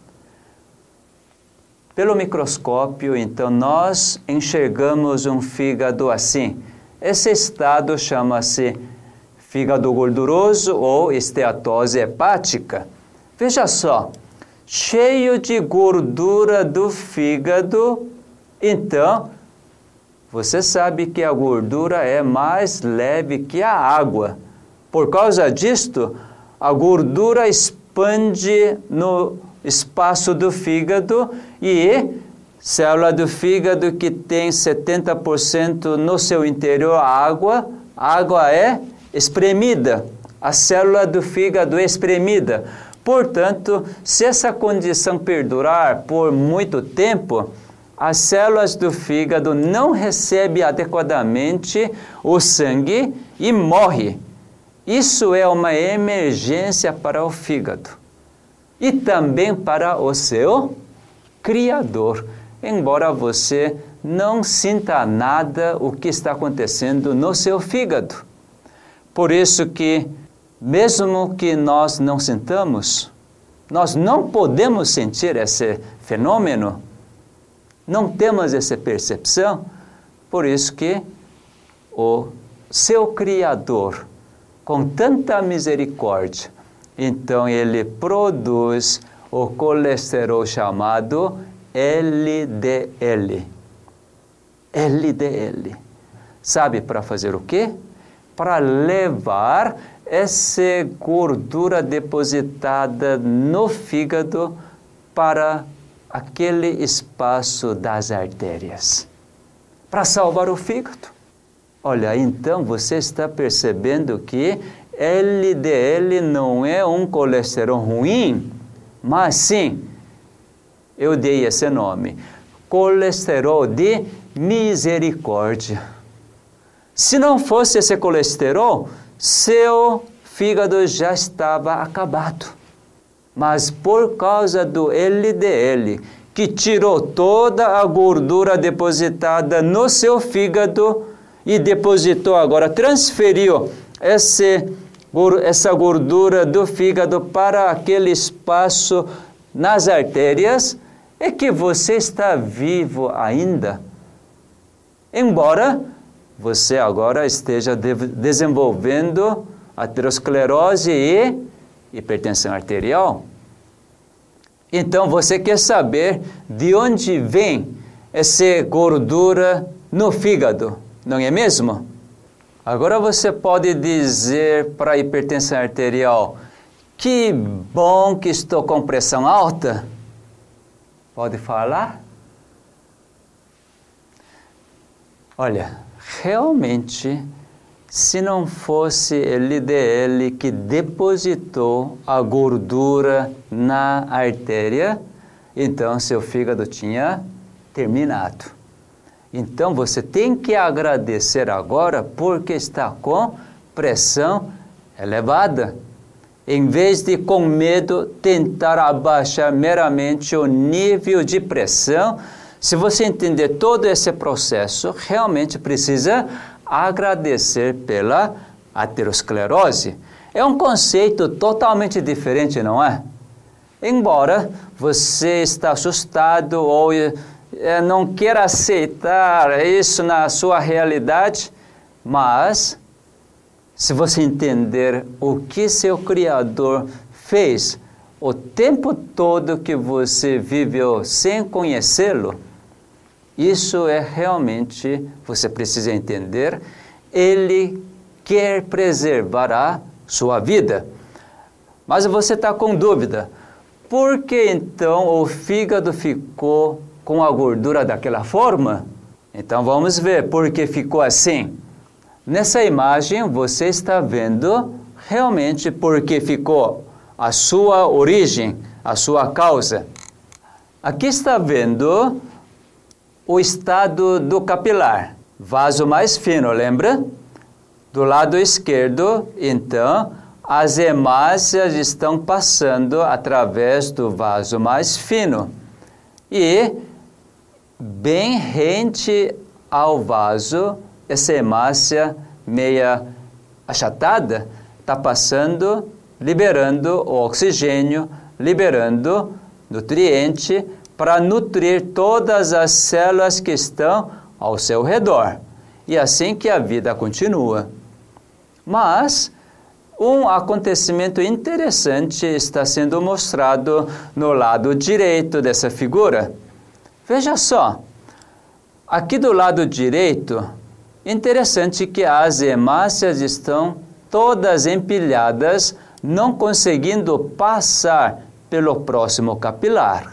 Pelo microscópio, então, nós enxergamos um fígado assim. Esse estado chama-se fígado gorduroso ou esteatose hepática. Veja só, cheio de gordura do fígado, então, você sabe que a gordura é mais leve que a água. Por causa disto, a gordura expande no espaço do fígado e célula do fígado que tem setenta por cento no seu interior água, a água é espremida, a célula do fígado é espremida. Portanto, se essa condição perdurar por muito tempo, as células do fígado não recebem adequadamente o sangue e morrem. Isso é uma emergência para o fígado e também para o seu Criador, embora você não sinta nada o que está acontecendo no seu fígado. Por isso que, mesmo que nós não sintamos, nós não podemos sentir esse fenômeno, não temos essa percepção, por isso que o seu Criador, com tanta misericórdia, então ele produz o colesterol chamado L D L. L D L. Sabe para fazer o quê? Para levar essa gordura depositada no fígado para aquele espaço das artérias. Para salvar o fígado. Olha, então você está percebendo que L D L não é um colesterol ruim, mas sim, eu dei esse nome, colesterol de misericórdia. Se não fosse esse colesterol, seu fígado já estava acabado. Mas por causa do L D L, que tirou toda a gordura depositada no seu fígado e depositou agora, transferiu esse essa gordura do fígado para aquele espaço nas artérias, é que você está vivo ainda. Embora você agora esteja de desenvolvendo aterosclerose e hipertensão arterial. Então você quer saber de onde vem essa gordura no fígado, não é mesmo? Agora você pode dizer para a hipertensão arterial, que bom que estou com pressão alta. Pode falar? Olha, realmente, se não fosse L D L que depositou a gordura na artéria, então seu fígado tinha terminado. Então, você tem que agradecer agora porque está com pressão elevada. Em vez de, com medo, tentar abaixar meramente o nível de pressão, se você entender todo esse processo, realmente precisa agradecer pela aterosclerose. É um conceito totalmente diferente, não é? Embora você está assustado ou não queira aceitar isso na sua realidade, mas se você entender o que seu Criador fez o tempo todo que você viveu sem conhecê-lo, isso é realmente, você precisa entender, Ele quer preservar a sua vida. Mas você está com dúvida. Por que então o fígado ficou com a gordura daquela forma? Então vamos ver por que ficou assim. Nessa imagem você está vendo realmente por que ficou a sua origem, a sua causa. Aqui está vendo o estado do capilar, vaso mais fino, lembra? Do lado esquerdo, então, as hemácias estão passando através do vaso mais fino e bem rente ao vaso, essa hemácia meia achatada está passando, liberando o oxigênio, liberando nutriente para nutrir todas as células que estão ao seu redor. E assim que a vida continua. Mas um acontecimento interessante está sendo mostrado no lado direito dessa figura. Veja só, aqui do lado direito, interessante que as hemácias estão todas empilhadas, não conseguindo passar pelo próximo capilar.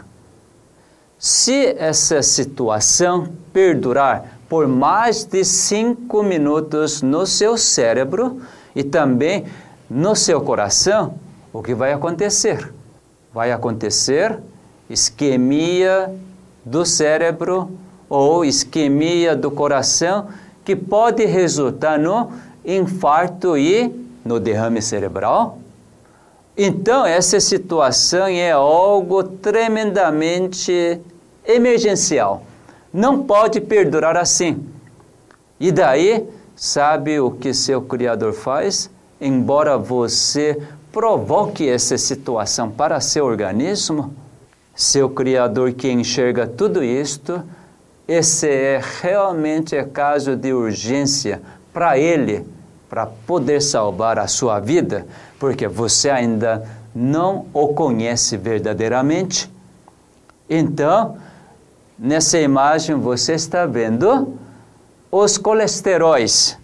Se essa situação perdurar por mais de cinco minutos no seu cérebro e também no seu coração, o que vai acontecer? Vai acontecer isquemia do cérebro ou isquemia do coração, que pode resultar no infarto e no derrame cerebral. Então, essa situação é algo tremendamente emergencial. Não pode perdurar assim. E daí, sabe o que seu Criador faz? Embora você provoque essa situação para seu organismo, seu Criador que enxerga tudo isto, esse é realmente é caso de urgência para Ele, para poder salvar a sua vida, porque você ainda não o conhece verdadeiramente. Então, nessa imagem você está vendo os colesteróis.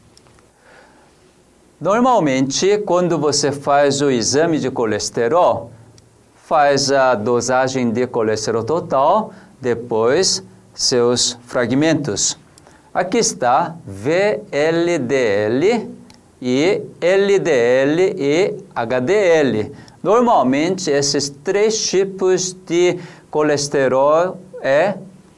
Normalmente, quando você faz o exame de colesterol, faz a dosagem de colesterol total, depois seus fragmentos. Aqui está V L D L e L D L e H D L. Normalmente, esses três tipos de colesterol é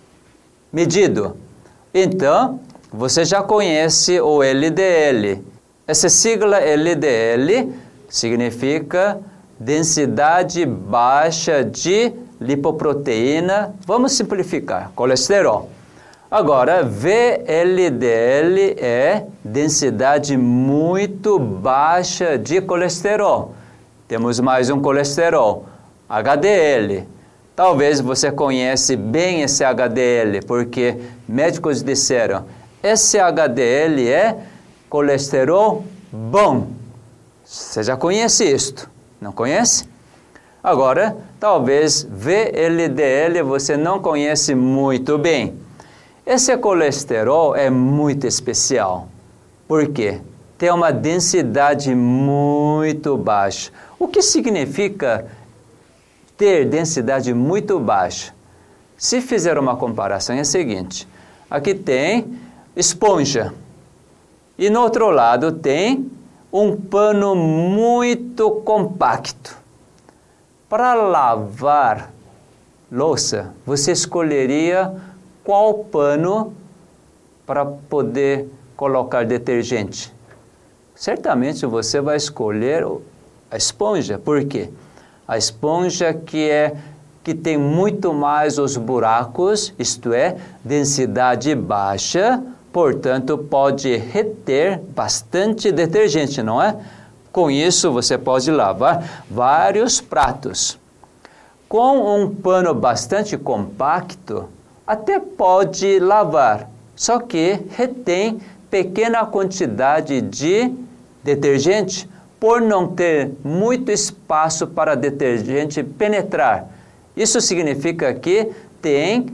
medido. Então, você já conhece o L D L. Essa sigla L D L significa densidade baixa de lipoproteína. Vamos simplificar, colesterol. Agora, V L D L é densidade muito baixa de colesterol. Temos mais um colesterol, H D L. Talvez você conhece bem esse H D L, porque médicos disseram, esse H D L é colesterol bom. Você já conhece isto, não conhece? Agora, talvez V L D L você não conhece muito bem. Esse colesterol é muito especial. Por quê? Tem uma densidade muito baixa. O que significa ter densidade muito baixa? Se fizer uma comparação, é o seguinte. Aqui tem esponja. E no outro lado tem um pano muito compacto. Para lavar louça, você escolheria qual pano para poder colocar detergente? Certamente você vai escolher a esponja. Por quê? A esponja que, é, que tem muito mais os buracos, isto é, densidade baixa, portanto, pode reter bastante detergente, não é? Com isso, você pode lavar vários pratos. Com um pano bastante compacto, até pode lavar, só que retém pequena quantidade de detergente, por não ter muito espaço para detergente penetrar. Isso significa que tem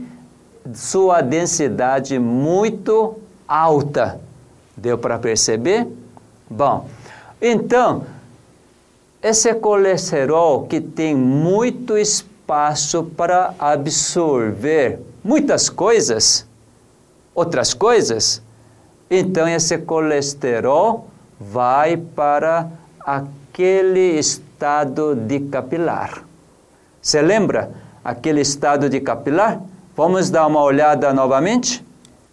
sua densidade muito alta. Deu para perceber? Bom, então, esse colesterol que tem muito espaço para absorver muitas coisas, outras coisas, então esse colesterol vai para aquele estado de capilar. Você lembra aquele estado de capilar? Vamos dar uma olhada novamente?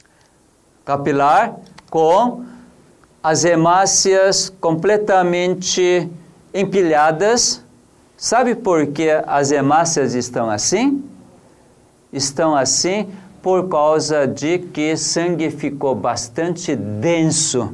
Capilar com as hemácias completamente empilhadas. Sabe por que as hemácias estão assim? Estão assim por causa de que o sangue ficou bastante denso.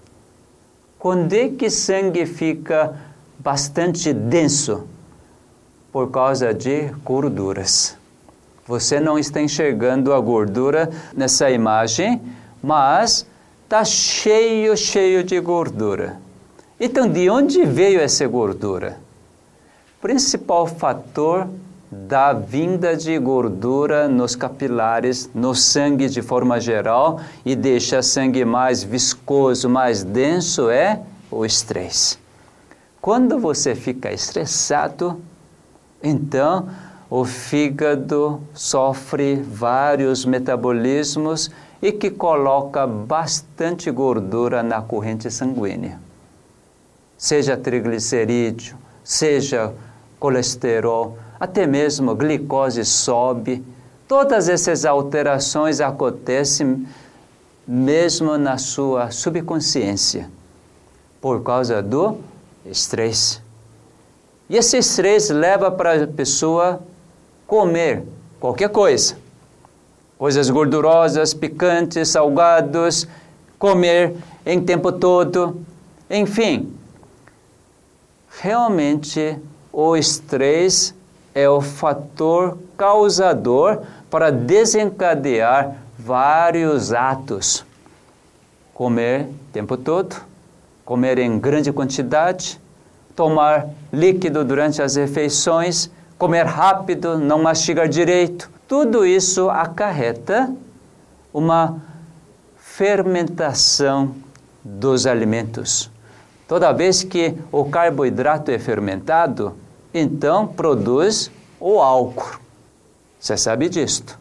Quando é que o sangue fica bastante denso? Por causa de gorduras. Você não está enxergando a gordura nessa imagem, mas está cheio, cheio de gordura. Então, de onde veio essa gordura? O principal fator da vinda de gordura nos capilares, no sangue de forma geral, e deixa o sangue mais viscoso, mais denso, é o estresse. Quando você fica estressado, então o fígado sofre vários metabolismos e que coloca bastante gordura na corrente sanguínea. Seja triglicerídeo, seja colesterol, até mesmo glicose sobe. Todas essas alterações acontecem mesmo na sua subconsciência, por causa do estresse. E esse estresse leva para a pessoa comer qualquer coisa. Coisas gordurosas, picantes, salgados, comer em tempo todo, enfim. Realmente, o estresse é o fator causador para desencadear vários atos. Comer o tempo todo, comer em grande quantidade, tomar líquido durante as refeições, comer rápido, não mastigar direito. Tudo isso acarreta uma fermentação dos alimentos. Toda vez que o carboidrato é fermentado, então produz o álcool. Você sabe disto.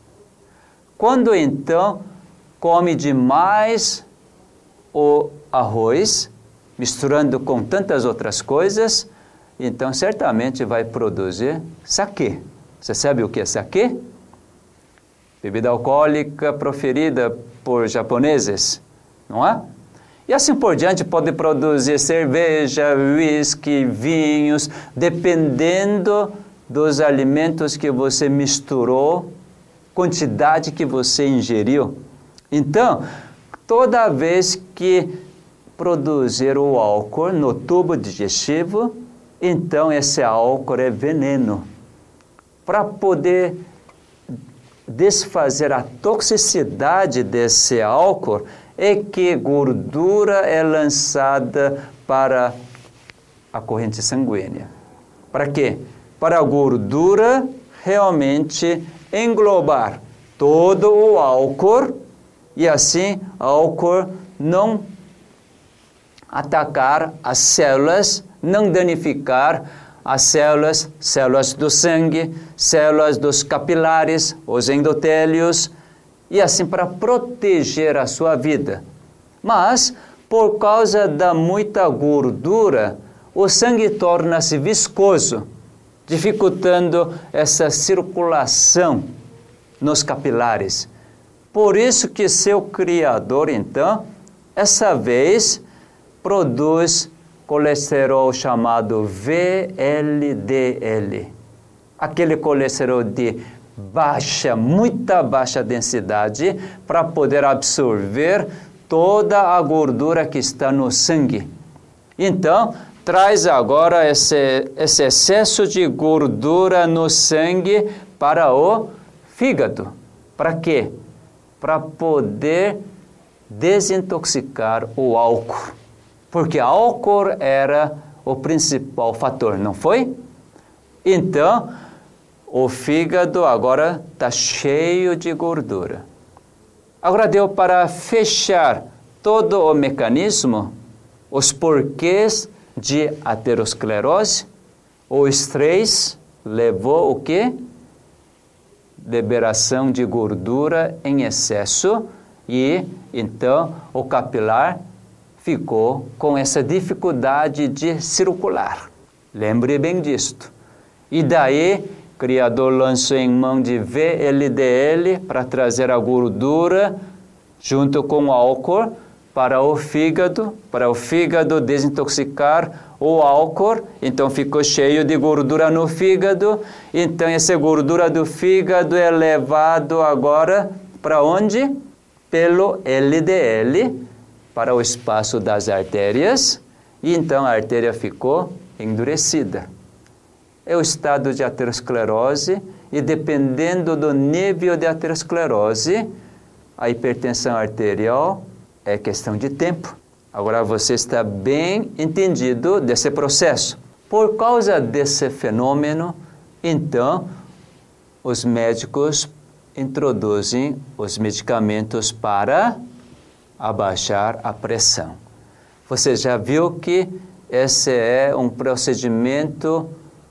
Quando então come demais o arroz, misturando com tantas outras coisas, então certamente vai produzir saquê. Você sabe o que é saquê? Bebida alcoólica proferida por japoneses, não é? E assim por diante, pode produzir cerveja, whisky, vinhos, dependendo dos alimentos que você misturou, quantidade que você ingeriu. Então, toda vez que produzir o álcool no tubo digestivo, então esse álcool é veneno. Para poder desfazer a toxicidade desse álcool, é que gordura é lançada para a corrente sanguínea. Para quê? Para a gordura realmente englobar todo o álcool e assim o álcool não atacar as células, não danificar as células, células do sangue, células dos capilares, os endotélios, e assim para proteger a sua vida. Mas, por causa da muita gordura, o sangue torna-se viscoso, dificultando essa circulação nos capilares. Por isso que seu Criador, então, essa vez, produz colesterol chamado V L D L. Aquele colesterol de baixa, muita baixa densidade, para poder absorver toda a gordura que está no sangue. Então, traz agora esse, esse excesso de gordura no sangue para o fígado. Para quê? Para poder desintoxicar o álcool. Porque álcool era o principal fator, não foi? Então, o fígado agora está cheio de gordura. Agora deu para fechar todo o mecanismo, os porquês de aterosclerose. O estresse levou o quê? Liberação de gordura em excesso e, então, o capilar ficou com essa dificuldade de circular. Lembre bem disto. E daí, o Criador lançou em mão de V L D L para trazer a gordura junto com o álcool para o fígado, para o fígado desintoxicar o álcool, então ficou cheio de gordura no fígado, então essa gordura do fígado é levado agora para onde? Pelo L D L, para o espaço das artérias, e então a artéria ficou endurecida. É o estado de aterosclerose, e dependendo do nível de aterosclerose, a hipertensão arterial é questão de tempo. Agora você está bem entendido desse processo. Por causa desse fenômeno, então, os médicos introduzem os medicamentos para abaixar a pressão. Você já viu que esse é um procedimento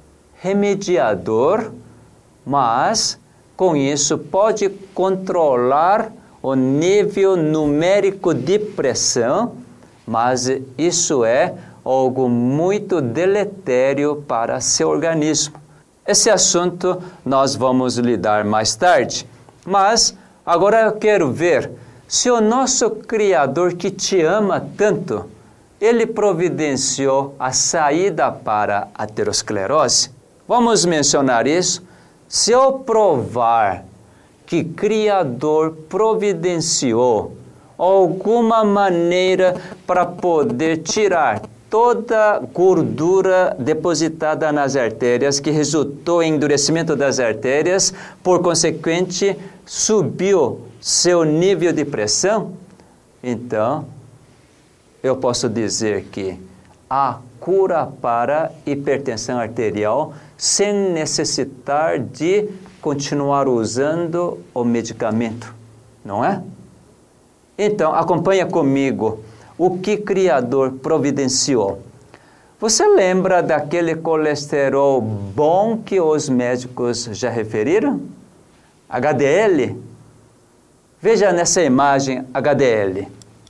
remediador, mas com isso pode controlar o nível numérico de pressão, mas isso é algo muito deletério para seu organismo. Esse assunto nós vamos lidar mais tarde, mas agora eu quero ver se o nosso Criador que te ama tanto, ele providenciou a saída para a aterosclerose. Vamos mencionar isso. Se eu provar que Criador providenciou alguma maneira para poder tirar toda a gordura depositada nas artérias, que resultou em endurecimento das artérias, por consequente, subiu seu nível de pressão, então, eu posso dizer que há cura para hipertensão arterial sem necessitar de continuar usando o medicamento, não é? Então, acompanha comigo o que Criador providenciou. Você lembra daquele colesterol bom que os médicos já referiram? H D L? Veja nessa imagem H D L.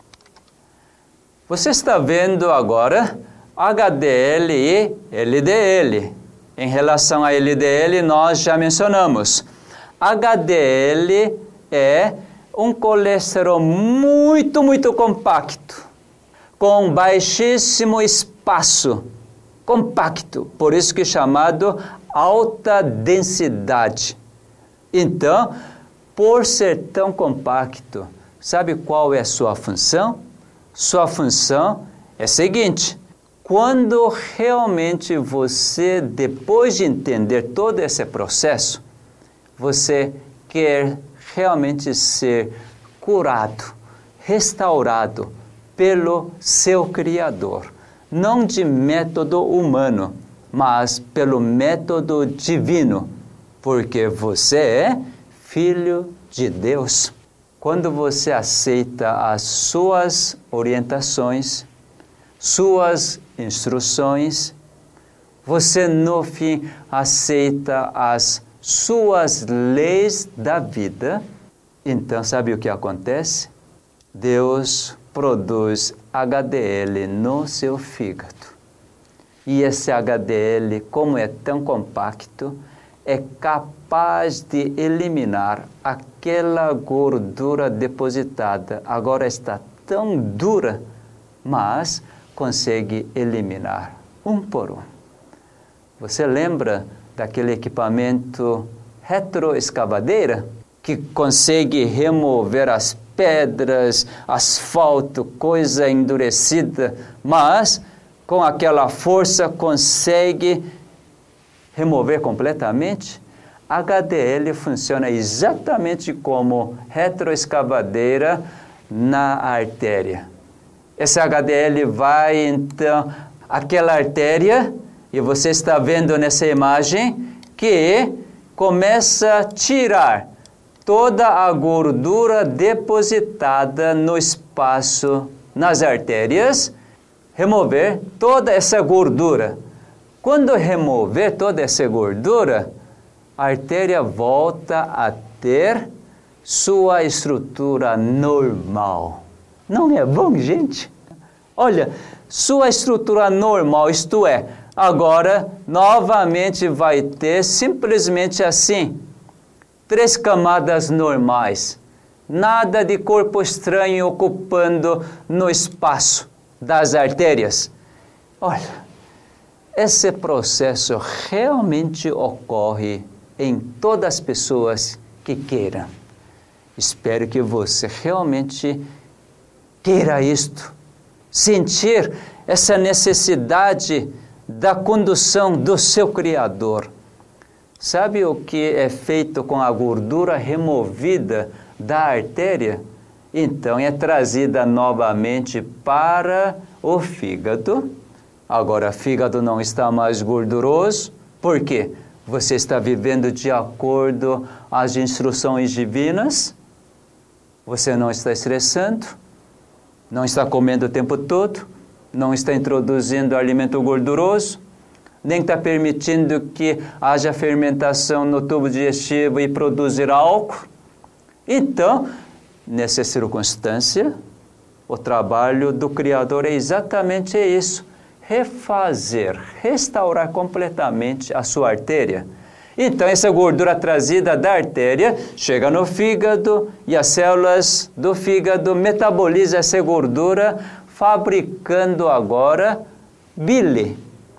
Você está vendo agora H D L e L D L. Em relação a L D L, nós já mencionamos. H D L é um colesterol muito, muito compacto, com baixíssimo espaço, compacto, por isso que é chamado alta densidade. Então, por ser tão compacto, sabe qual é a sua função? Sua função é a seguinte: quando realmente você, depois de entender todo esse processo, você quer realmente ser curado, restaurado pelo seu Criador, não de método humano, mas pelo método divino, porque você é filho de Deus. Quando você aceita as suas orientações, suas instruções, você no fim aceita as suas leis da vida, então sabe o que acontece? Deus produz H D L no seu fígado. E esse H D L, como é tão compacto, é capaz de eliminar aquela gordura depositada. Agora está tão dura, mas consegue eliminar um por um. Você lembra daquele equipamento retroescavadeira que consegue remover as pedras, asfalto, coisa endurecida, mas com aquela força consegue remover completamente? H D L funciona exatamente como retroescavadeira na artéria. Esse H D L vai, então, àquela artéria, e você está vendo nessa imagem, que começa a tirar toda a gordura depositada no espaço, nas artérias, remover toda essa gordura. Quando remover toda essa gordura, a artéria volta a ter sua estrutura normal. Não é bom, gente? Olha, sua estrutura normal, isto é, agora novamente vai ter simplesmente assim, três camadas normais. Nada de corpo estranho ocupando no espaço das artérias. Olha, esse processo realmente ocorre em todas as pessoas que queiram. Espero que você realmente queira isto, sentir essa necessidade da condução do seu Criador. Sabe o que é feito com a gordura removida da artéria? Então é trazida novamente para o fígado. Agora o fígado não está mais gorduroso. Por quê? Você está vivendo de acordo às instruções divinas. Você não está estressando, não está comendo o tempo todo, não está introduzindo alimento gorduroso, nem está permitindo que haja fermentação no tubo digestivo e produzir álcool. Então, nessa circunstância, o trabalho do Criador é exatamente isso: refazer, restaurar completamente a sua artéria. Então, essa gordura trazida da artéria chega no fígado e as células do fígado metabolizam essa gordura, fabricando agora bile,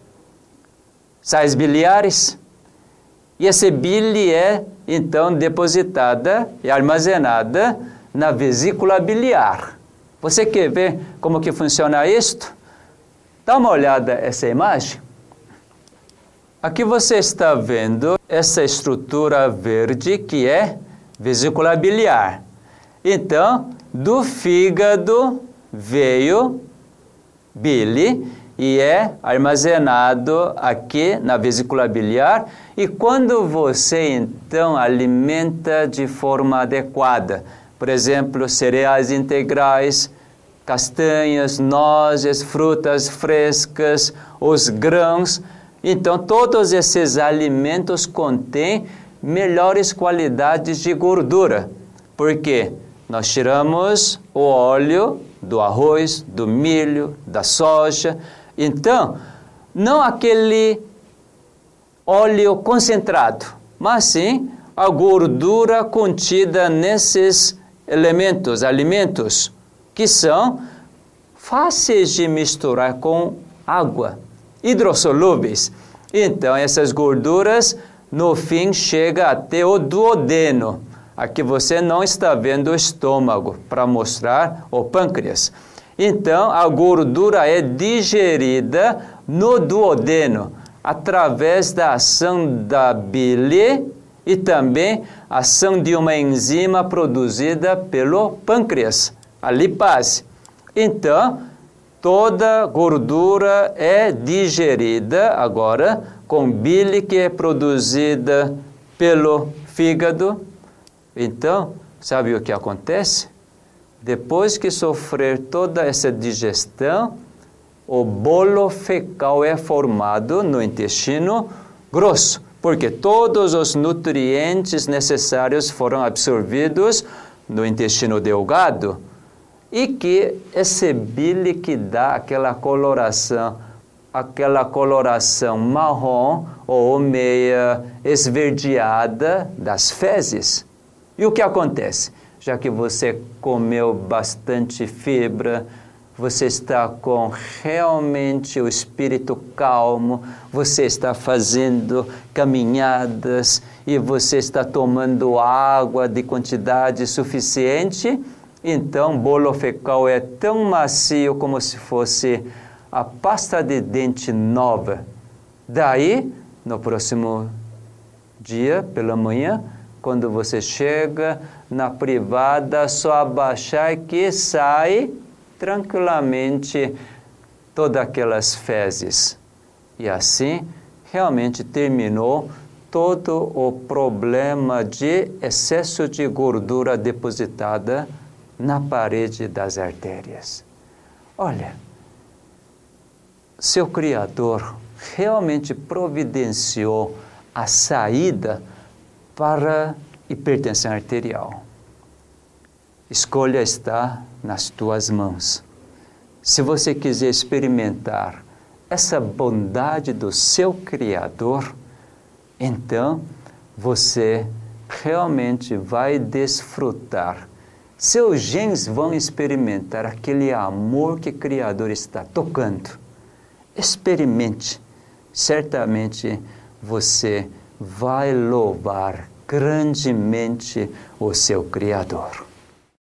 sais biliares. E essa bile é, então, depositada e armazenada na vesícula biliar. Você quer ver como que funciona isto? Dá uma olhada nessa imagem. Aqui você está vendo essa estrutura verde que é vesícula biliar. Então, do fígado veio bile e é armazenado aqui na vesícula biliar. E quando você então alimenta de forma adequada, por exemplo, cereais integrais, castanhas, nozes, frutas frescas, os grãos, então todos esses alimentos contêm melhores qualidades de gordura. Por quê? Nós tiramos o óleo do arroz, do milho, da soja. Então, não aquele óleo concentrado, mas sim a gordura contida nesses elementos, alimentos, que são fáceis de misturar com água, hidrossolúveis. Então, essas gorduras, no fim, chegam até o duodeno. Aqui você não está vendo o estômago para mostrar o pâncreas. Então, a gordura é digerida no duodeno, através da ação da bile e também ação de uma enzima produzida pelo pâncreas, a lipase. Então, toda gordura é digerida agora com bile que é produzida pelo fígado. Então, sabe o que acontece? Depois que sofrer toda essa digestão, o bolo fecal é formado no intestino grosso, porque todos os nutrientes necessários foram absorvidos no intestino delgado, e que esse bile que dá aquela coloração, aquela coloração marrom ou meia esverdeada das fezes. E o que acontece? Já que você comeu bastante fibra, você está com realmente o espírito calmo, você está fazendo caminhadas e você está tomando água de quantidade suficiente, então o bolo fecal é tão macio como se fosse a pasta de dente nova. Daí, no próximo dia, pela manhã, quando você chega na privada, só abaixar que sai tranquilamente todas aquelas fezes. E assim, realmente terminou todo o problema de excesso de gordura depositada na parede das artérias. Olha, seu Criador realmente providenciou a saída para hipertensão arterial. Escolha está nas tuas mãos. Se você quiser experimentar essa bondade do seu Criador, então você realmente vai desfrutar. Seus genes vão experimentar aquele amor que o Criador está tocando. Experimente. Certamente você vai louvar grandemente o seu Criador.